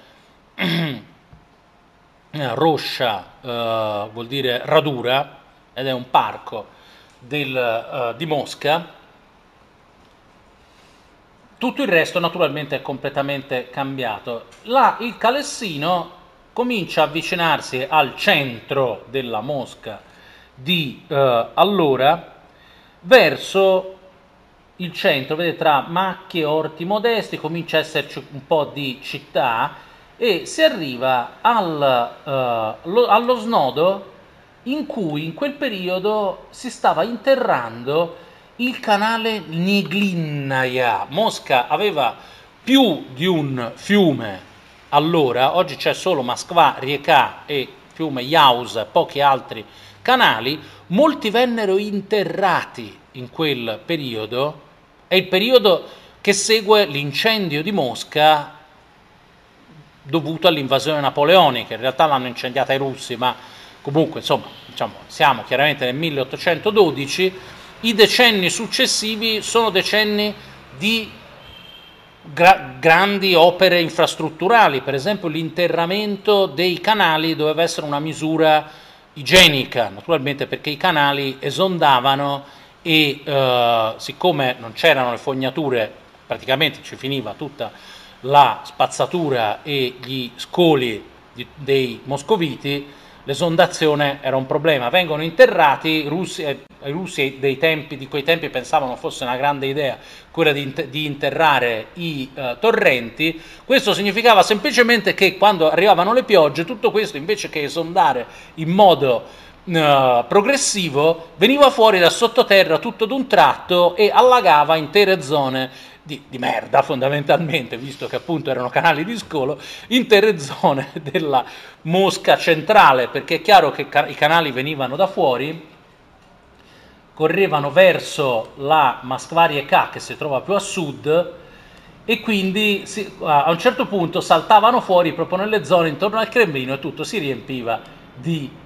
Roscia, vuol dire radura, ed è un parco di Mosca. Tutto il resto naturalmente è completamente cambiato. Il calessino comincia a avvicinarsi al centro della Mosca di allora, verso il centro, vedete, tra macchie e orti modesti, comincia a esserci un po' di città e si arriva allo snodo in cui in quel periodo si stava interrando il canale Niglinnaja. Mosca aveva più di un fiume allora, oggi c'è solo Moskva, Rieka e fiume Yaus, pochi altri canali. Molti vennero interrati in quel periodo, è il periodo che segue l'incendio di Mosca dovuto all'invasione napoleonica. In realtà l'hanno incendiata i russi, ma comunque insomma, diciamo, siamo chiaramente nel 1812. I decenni successivi sono decenni di grandi opere infrastrutturali, per esempio l'interramento dei canali doveva essere una misura igienica, naturalmente, perché i canali esondavano e siccome non c'erano le fognature, praticamente ci finiva tutta la spazzatura e gli scoli dei moscoviti, l'esondazione era un problema. Vengono interrati, i russi di quei tempi pensavano fosse una grande idea quella di interrare i torrenti. Questo significava semplicemente che quando arrivavano le piogge, tutto questo, invece che esondare in modo progressivo, veniva fuori da sottoterra tutto d'un tratto e allagava intere zone di merda, fondamentalmente, visto che appunto erano canali di scolo, intere zone della Mosca centrale, perché è chiaro che i canali venivano da fuori, correvano verso la Moskva-Rieka, che si trova più a sud, e quindi a un certo punto saltavano fuori proprio nelle zone intorno al Cremlino e tutto si riempiva di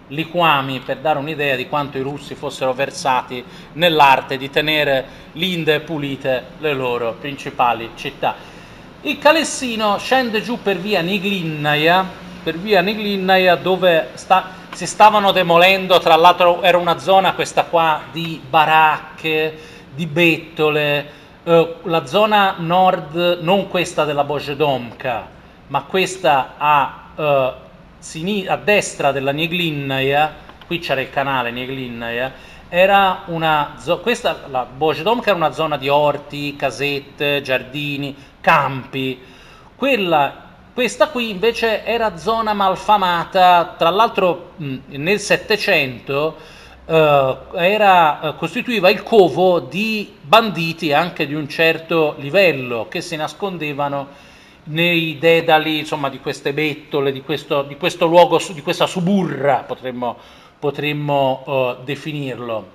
liquami, per dare un'idea di quanto i russi fossero versati nell'arte di tenere linde e pulite le loro principali città. Il Calessino scende giù per via Niglinnaja, dove si stavano demolendo, tra l'altro era una zona questa qua di baracche, di bettole, la zona nord, non questa della Božedomka, ma questa a destra della Niglinnaja, qui c'era il canale Niglinnaja, questa, la Božedomka era una zona di orti, casette, giardini, campi. Questa qui invece era zona malfamata, tra l'altro nel Settecento costituiva il covo di banditi anche di un certo livello che si nascondevano nei dedali, insomma, di queste bettole, di questo luogo, di questa suburra, potremmo definirla.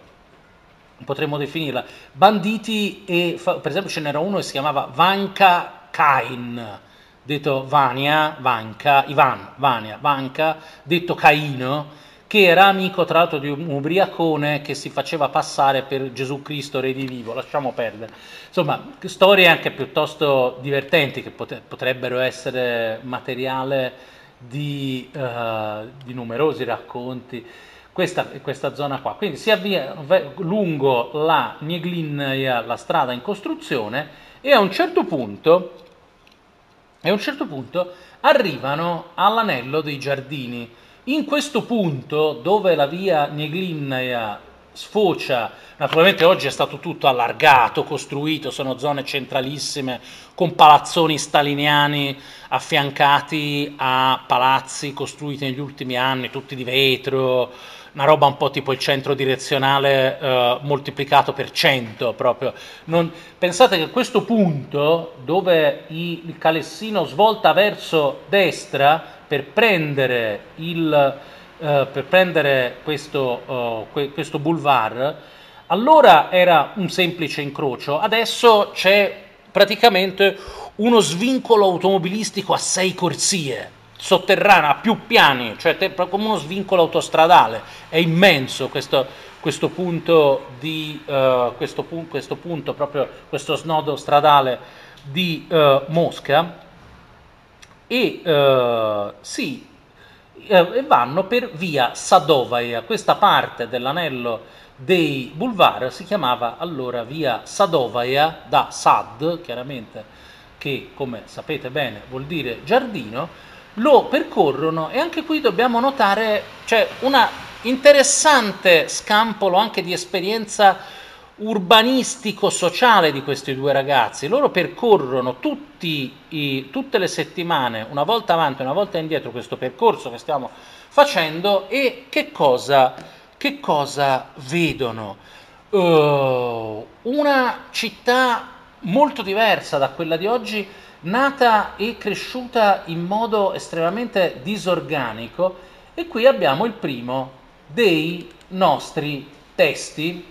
Banditi, per esempio ce n'era uno che si chiamava Vanka Kain, detto Vania, detto Caino, che era amico tra l'altro di un ubriacone che si faceva passare per Gesù Cristo redivivo. Lasciamo perdere. Insomma, storie anche piuttosto divertenti che potrebbero essere materiale di numerosi racconti. Questa zona qua. Quindi si avvia lungo la Niglinnaja, la strada in costruzione, e a un certo punto arrivano all'anello dei giardini. In questo punto, dove la via Niglinnaja sfocia, naturalmente oggi è stato tutto allargato, costruito, sono zone centralissime con palazzoni staliniani affiancati a palazzi costruiti negli ultimi anni, tutti di vetro, una roba un po' tipo il centro direzionale moltiplicato per 100 proprio. Pensate che a questo punto, dove il Calessino svolta verso destra per prendere questo boulevard, allora era un semplice incrocio, adesso c'è praticamente uno svincolo automobilistico a 6 corsie, sotterraneo, a più piani, cioè come uno svincolo autostradale. È immenso questo punto proprio questo snodo stradale di Mosca, e vanno per via Sadovaja. Questa parte dell'anello dei boulevard si chiamava allora via Sadovaja, da Sad, chiaramente, che come sapete bene vuol dire giardino. Lo percorrono, e anche qui dobbiamo notare c'è una interessante scampolo anche di esperienza urbanistico-sociale di questi due ragazzi. Loro percorrono tutte le settimane, una volta avanti e una volta indietro, questo percorso che stiamo facendo, e che cosa vedono? Una città molto diversa da quella di oggi, nata e cresciuta in modo estremamente disorganico, e qui abbiamo il primo dei nostri testi,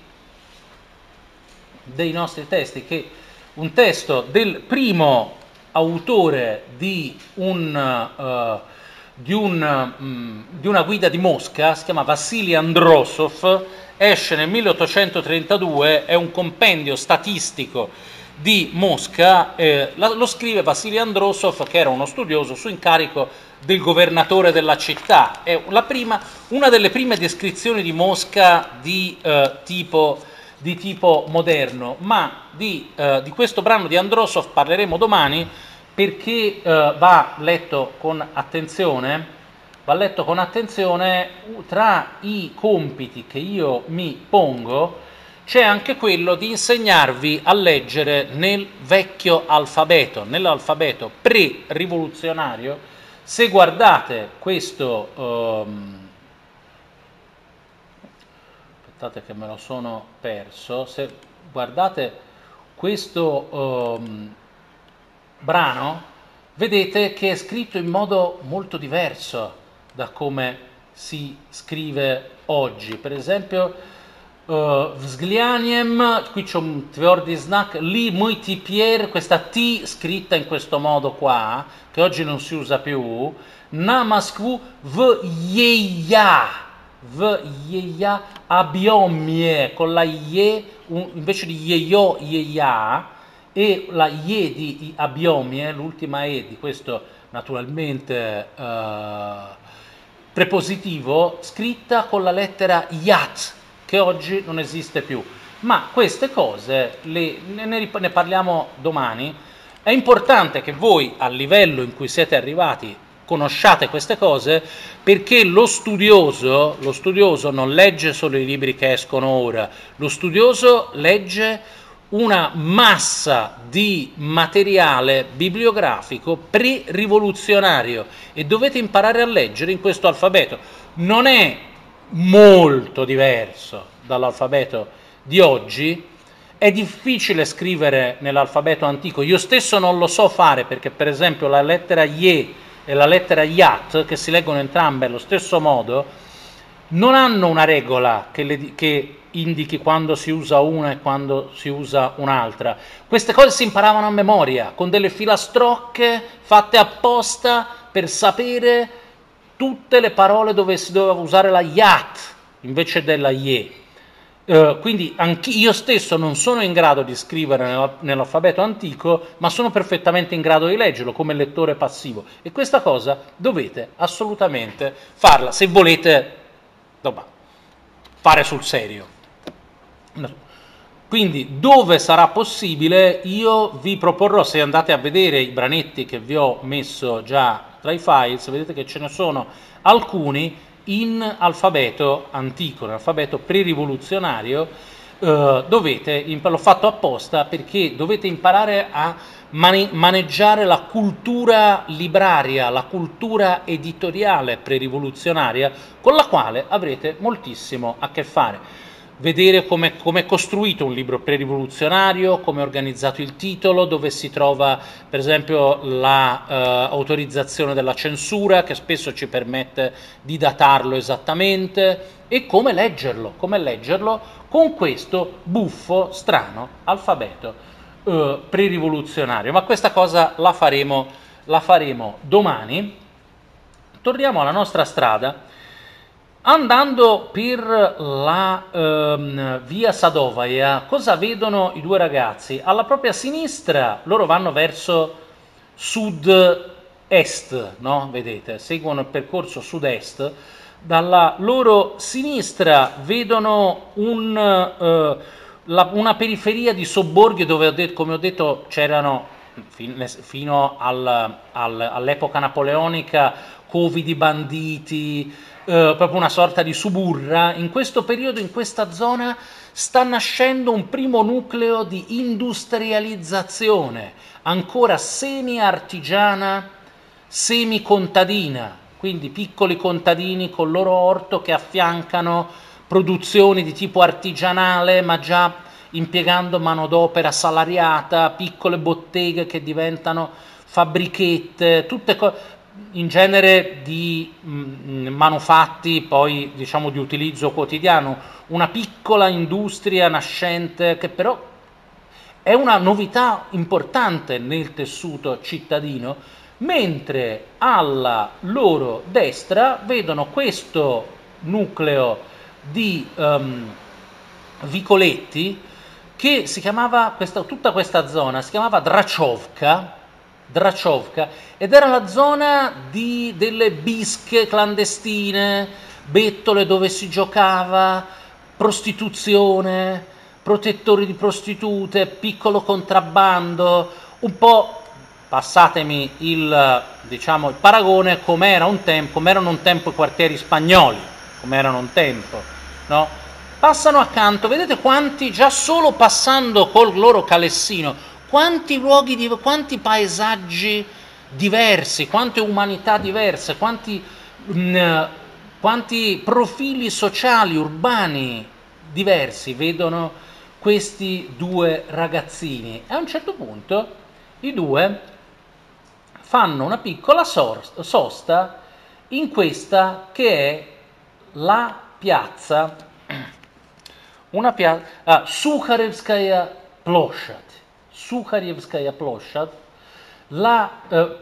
che un testo del primo autore di una guida di Mosca, si chiama Vassili Androsov, esce nel 1832, è un compendio statistico di Mosca, lo scrive Vassili Androsov, che era uno studioso su incarico del governatore della città. È una delle prime descrizioni di Mosca di tipo moderno, ma di questo brano di Androsov parleremo domani, perché va letto con attenzione. Tra i compiti che io mi pongo c'è anche quello di insegnarvi a leggere nel vecchio alfabeto, nell'alfabeto pre-rivoluzionario. Se guardate questo, aspettate che me lo sono perso, se guardate questo brano, vedete che è scritto in modo molto diverso da come si scrive oggi. Per esempio, Vzglianiem, qui c'è un tvrdi znak, li my tipier, questa T scritta in questo modo qua, che oggi non si usa più, na Moskvu v jeja, v, yeya, abiomie, con la ye, invece di yeyo, yeya, e la ye di abiomie, l'ultima e di questo naturalmente prepositivo, scritta con la lettera yat, che oggi non esiste più. Ma queste cose ne parliamo domani. È importante che voi, al livello in cui siete arrivati, conosciate queste cose, perché lo studioso non legge solo i libri che escono ora, lo studioso legge una massa di materiale bibliografico pre-rivoluzionario e dovete imparare a leggere in questo alfabeto. Non è molto diverso dall'alfabeto di oggi, è difficile scrivere nell'alfabeto antico, io stesso non lo so fare perché per esempio la lettera Ye e la lettera Yat, che si leggono entrambe allo stesso modo, non hanno una regola che indichi quando si usa una e quando si usa un'altra. Queste cose si imparavano a memoria, con delle filastrocche fatte apposta per sapere tutte le parole dove si doveva usare la Yat invece della Ye. Quindi io stesso non sono in grado di scrivere nell'alfabeto antico, ma sono perfettamente in grado di leggerlo come lettore passivo. E questa cosa dovete assolutamente farla se volete fare sul serio. Quindi dove sarà possibile io vi proporrò, se andate a vedere i branetti che vi ho messo già tra i files, vedete che ce ne sono alcuni in alfabeto antico, in alfabeto pre-rivoluzionario, l'ho fatto apposta perché dovete imparare a maneggiare la cultura libraria, la cultura editoriale pre-rivoluzionaria, con la quale avrete moltissimo a che fare. Vedere come è costruito un libro pre-rivoluzionario, come è organizzato il titolo, dove si trova per esempio l'autorizzazione della censura, che spesso ci permette di datarlo esattamente, e come leggerlo con questo buffo, strano alfabeto pre-rivoluzionario. Ma questa cosa la faremo domani. Torniamo alla nostra strada. Andando per la via Sadovaja, cosa vedono i due ragazzi? Alla propria sinistra loro vanno verso sud-est, no? Vedete, seguono il percorso sud-est. Dalla loro sinistra vedono una periferia di sobborghi dove, come ho detto, c'erano fino all'epoca napoleonica covi di banditi, proprio una sorta di suburra. In questo periodo, in questa zona, sta nascendo un primo nucleo di industrializzazione, ancora semi-artigiana, semi-contadina, quindi piccoli contadini con il loro orto che affiancano produzioni di tipo artigianale, ma già impiegando manodopera salariata, piccole botteghe che diventano fabbrichette, tutte cose in genere di manufatti poi diciamo di utilizzo quotidiano, una piccola industria nascente che però è una novità importante nel tessuto cittadino, mentre alla loro destra vedono questo nucleo di vicoletti che si chiamava, tutta questa zona si chiamava Drachovka, ed era la zona delle bische clandestine, bettole dove si giocava, prostituzione, protettori di prostitute, piccolo contrabbando, un po', passatemi il paragone, come erano un tempo i quartieri spagnoli, come erano un tempo, no? Passano accanto, vedete quanti, già solo passando col loro calessino, quanti luoghi, quanti paesaggi diversi, quante umanità diverse, quanti profili sociali, urbani diversi vedono questi due ragazzini. E a un certo punto i due fanno una piccola sosta in questa che è la piazza, Sukharevskaya Ploshad, la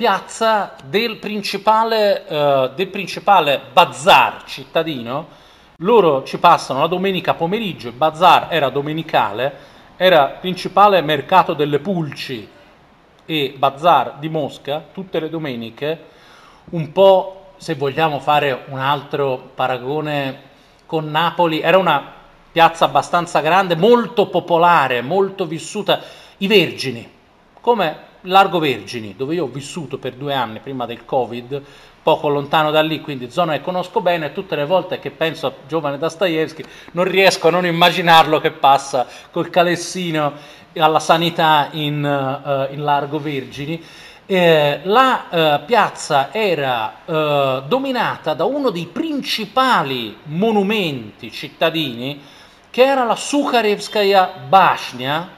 piazza del principale bazar cittadino, Loro ci passano la domenica pomeriggio, il bazar era domenicale, era principale mercato delle pulci e bazar di Mosca, tutte le domeniche, un po', se vogliamo fare un altro paragone con Napoli, era una piazza abbastanza grande, molto popolare, molto vissuta, i Vergini, come Largo Vergini, dove io ho vissuto per 2 anni prima del Covid, poco lontano da lì, quindi zona che conosco bene. Tutte le volte che penso a giovane Dostoevskij non riesco a non immaginarlo che passa col calessino alla sanità in Largo Vergini. La piazza era dominata da uno dei principali monumenti cittadini, che era la Sukharevskaya Bashня.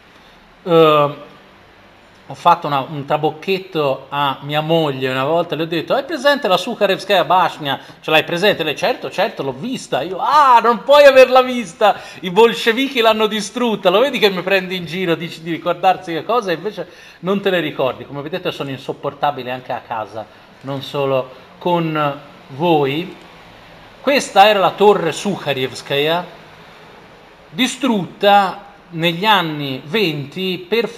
Ho fatto un trabocchetto a mia moglie una volta, le ho detto: hai presente la Sukharevskaya Bashня? Ce l'hai presente? Lei: certo, l'ho vista. Io: non puoi averla vista, i bolscevichi l'hanno distrutta. Lo vedi che mi prendi in giro, dici di ricordarsi che cosa e invece non te le ricordi. Come vedete sono insopportabile anche a casa, non solo con voi. Questa era la torre Sukharevskaya, distrutta negli anni 20 per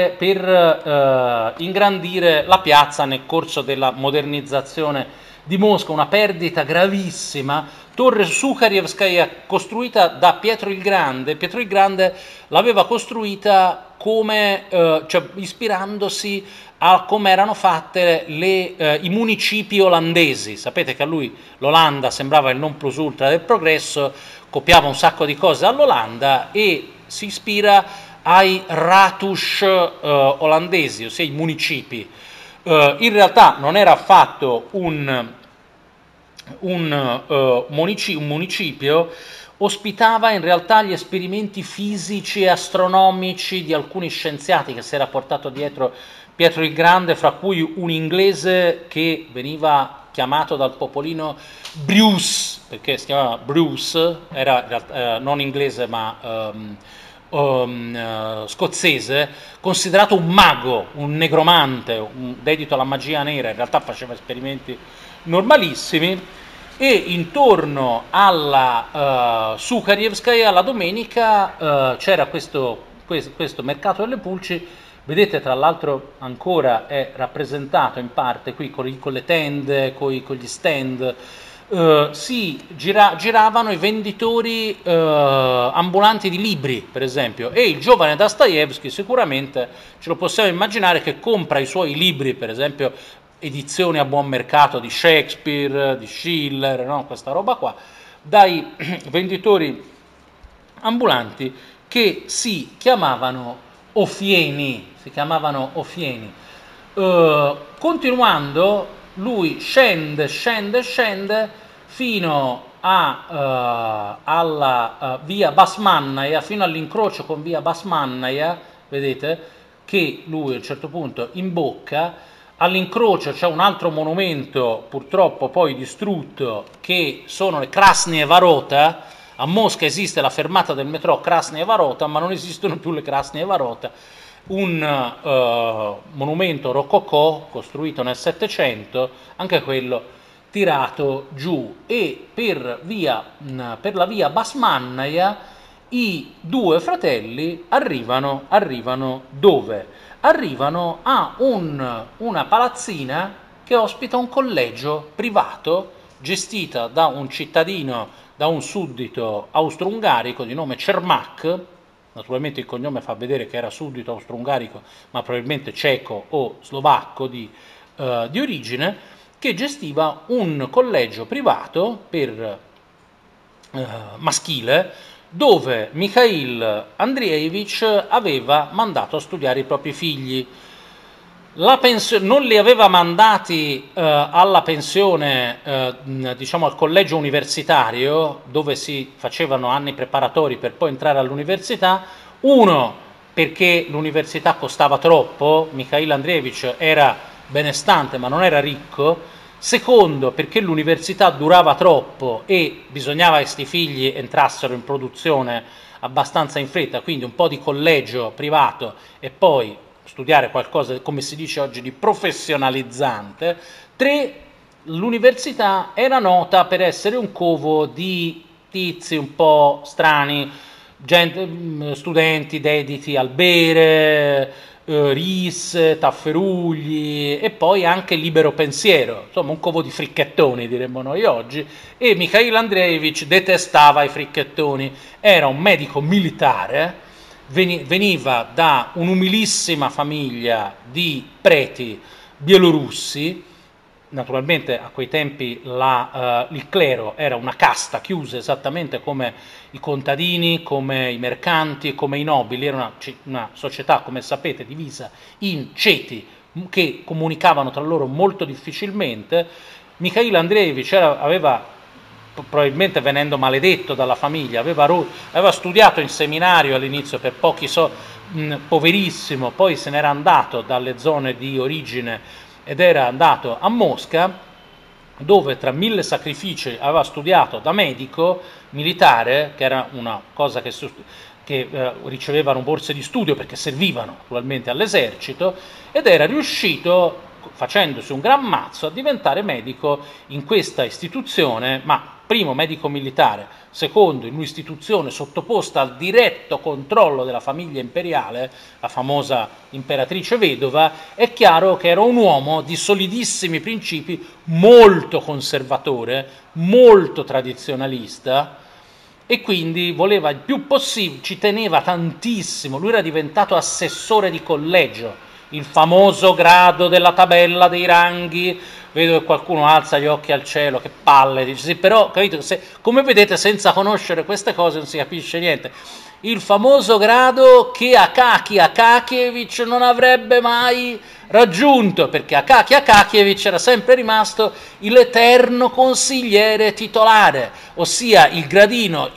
ingrandire la piazza nel corso della modernizzazione di Mosca, una perdita gravissima. Torre Sukharevskaya costruita da Pietro il Grande. Pietro il Grande l'aveva costruita cioè ispirandosi a come erano fatte i municipi olandesi. Sapete che a lui l'Olanda sembrava il non plus ultra del progresso, copiava un sacco di cose all'Olanda e si ispira ai ratush olandesi, ossia i municipi. In realtà non era affatto un municipio, ospitava in realtà gli esperimenti fisici e astronomici di alcuni scienziati che si era portato dietro Pietro il Grande, fra cui un inglese che veniva chiamato dal popolino Bruce, perché si chiamava Bruce, era non inglese ma scozzese, considerato un mago, un negromante, dedito alla magia nera. In realtà faceva esperimenti normalissimi. E intorno alla Sukharevskaya la domenica c'era questo mercato delle pulci. Vedete, tra l'altro ancora è rappresentato in parte qui con le tende, con gli stand. Giravano i venditori ambulanti di libri, per esempio, e il giovane Dostoevskij sicuramente ce lo possiamo immaginare che compra i suoi libri, per esempio edizioni a buon mercato di Shakespeare, di Schiller, no? Questa roba qua, dai venditori ambulanti che si chiamavano Ofieni. Continuando, lui scende fino alla via Basmannaya, fino all'incrocio con via Basmannaya, vedete, che lui a un certo punto imbocca. All'incrocio c'è un altro monumento, purtroppo poi distrutto, che sono le Krasnye Varota. A Mosca esiste la fermata del metro Krasnye Varota, ma non esistono più le Krasnye Varota. Un monumento rococò costruito nel Settecento, anche quello tirato giù. E per la via Basmannaya i due fratelli arrivano dove? Arrivano a una palazzina che ospita un collegio privato gestita da un cittadino, da un suddito austro-ungarico di nome Cermak. Naturalmente il cognome fa vedere che era suddito austro-ungarico, ma probabilmente ceco o slovacco di origine, che gestiva un collegio privato maschile, dove Mikhail Andreevich aveva mandato a studiare i propri figli. Non li aveva mandati alla pensione, diciamo al collegio universitario, dove si facevano anni preparatori per poi entrare all'università. Uno, perché l'università costava troppo, Mikhail Andreevich era benestante ma non era ricco. Secondo, perché l'università durava troppo e bisognava che questi figli entrassero in produzione abbastanza in fretta, quindi un po' di collegio privato e poi studiare qualcosa, come si dice oggi, di professionalizzante. 3, l'università era nota per essere un covo di tizi un po' strani, studenti dediti al bere, ris, tafferugli e poi anche libero pensiero, insomma un covo di fricchettoni diremmo noi oggi, e Mikhail Andreevich detestava i fricchettoni, era un medico militare, veniva da un'umilissima famiglia di preti bielorussi. Naturalmente a quei tempi il clero era una casta chiusa esattamente come i contadini, come i mercanti, come i nobili, era una società, come sapete, divisa in ceti che comunicavano tra loro molto difficilmente. Mikhail Andreevich aveva, probabilmente venendo maledetto dalla famiglia, aveva studiato in seminario all'inizio per poverissimo, poi se n'era andato dalle zone di origine ed era andato a Mosca, dove tra 1000 sacrifici aveva studiato da medico militare, che era una cosa che ricevevano borse di studio perché servivano naturalmente all'esercito, ed era riuscito, facendosi un gran mazzo, a diventare medico in questa istituzione, ma primo medico militare, secondo in un'istituzione sottoposta al diretto controllo della famiglia imperiale, la famosa imperatrice vedova. È chiaro che era un uomo di solidissimi principi, molto conservatore, molto tradizionalista, e quindi voleva il più possibile, ci teneva tantissimo, lui era diventato assessore di collegio, il famoso grado della tabella dei ranghi. Vedo che qualcuno alza gli occhi al cielo, che palle, dice sì, però capito, come vedete senza conoscere queste cose non si capisce niente. Il famoso grado che Akaki Akakievich non avrebbe mai raggiunto, perché Akaki Akakievich era sempre rimasto l'eterno consigliere titolare, ossia il gradino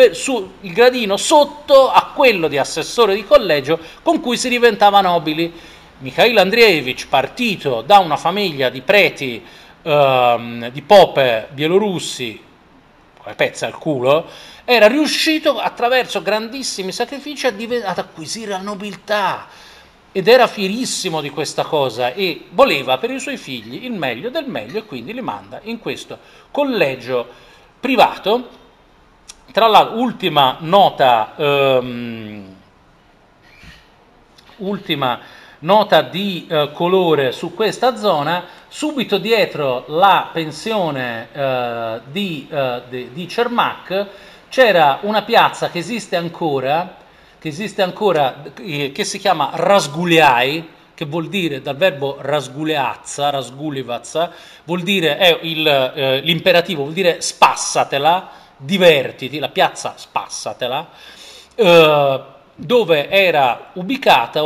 sotto a quello di assessore di collegio con cui si diventava nobili. Mikhail Andreevich, partito da una famiglia di preti, di pope bielorussi, come pezza al culo, era riuscito attraverso grandissimi sacrifici ad acquisire la nobiltà, ed era fierissimo di questa cosa e voleva per i suoi figli il meglio del meglio, e quindi li manda in questo collegio privato. Tra l'altro, ultima nota di colore su questa zona: subito dietro la pensione di Cermak c'era una piazza che esiste ancora, che si chiama Razguliai, che vuol dire, dal verbo rasgulivazza, vuol dire, l'imperativo vuol dire spassatela, divertiti, la piazza spassatela, dove era ubicata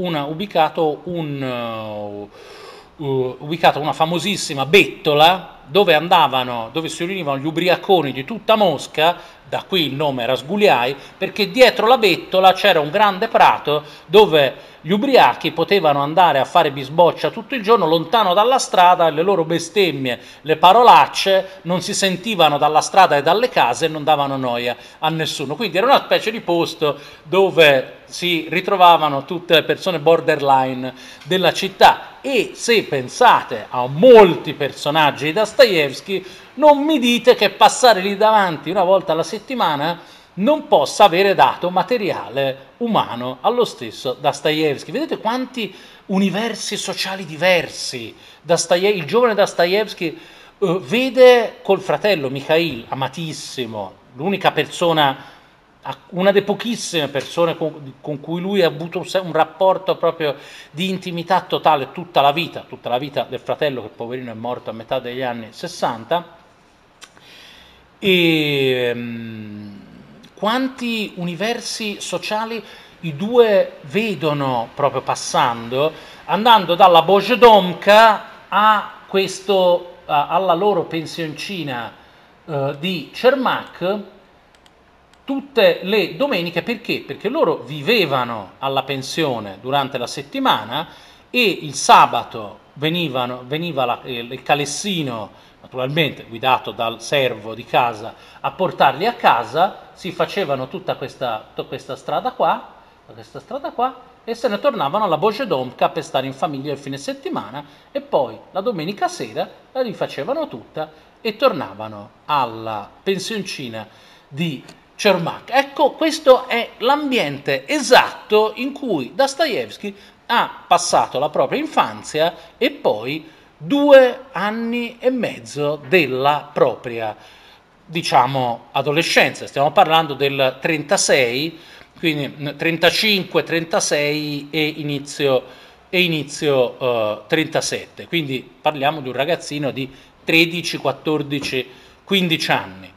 una famosissima bettola, dove si riunivano gli ubriaconi di tutta Mosca, da qui il nome Razguliai, perché dietro la bettola c'era un grande prato dove gli ubriachi potevano andare a fare bisboccia tutto il giorno lontano dalla strada, e le loro bestemmie, le parolacce non si sentivano dalla strada e dalle case e non davano noia a nessuno. Quindi era una specie di posto dove si ritrovavano tutte le persone borderline della città. E se pensate a molti personaggi di Dostoevskij, non mi dite che passare lì davanti una volta alla settimana non possa avere dato materiale umano allo stesso Dostoevskij. Vedete quanti universi sociali diversi il giovane Dostoevskij vede col fratello Mikhail, amatissimo, l'unica persona, una delle pochissime persone con cui lui ha avuto un rapporto proprio di intimità totale tutta la vita del fratello, che poverino è morto a metà degli anni 60. E quanti universi sociali i due vedono proprio passando, andando dalla Bozhedomka alla loro pensioncina di Cermak tutte le domeniche. Perché? Perché loro vivevano alla pensione durante la settimana e il sabato veniva il calessino, naturalmente guidato dal servo di casa, a portarli a casa. Si facevano tutta questa strada qua, e se ne tornavano alla Bozhedomka per stare in famiglia il fine settimana, e poi la domenica sera la rifacevano tutta e tornavano alla pensioncina di Cermak. Ecco, questo è l'ambiente esatto in cui Dostoevskij ha passato la propria infanzia e poi 2 anni e mezzo della propria, diciamo, adolescenza. Stiamo parlando del 36, quindi 35, 36 e inizio 37. Quindi parliamo di un ragazzino di 13, 14, 15 anni.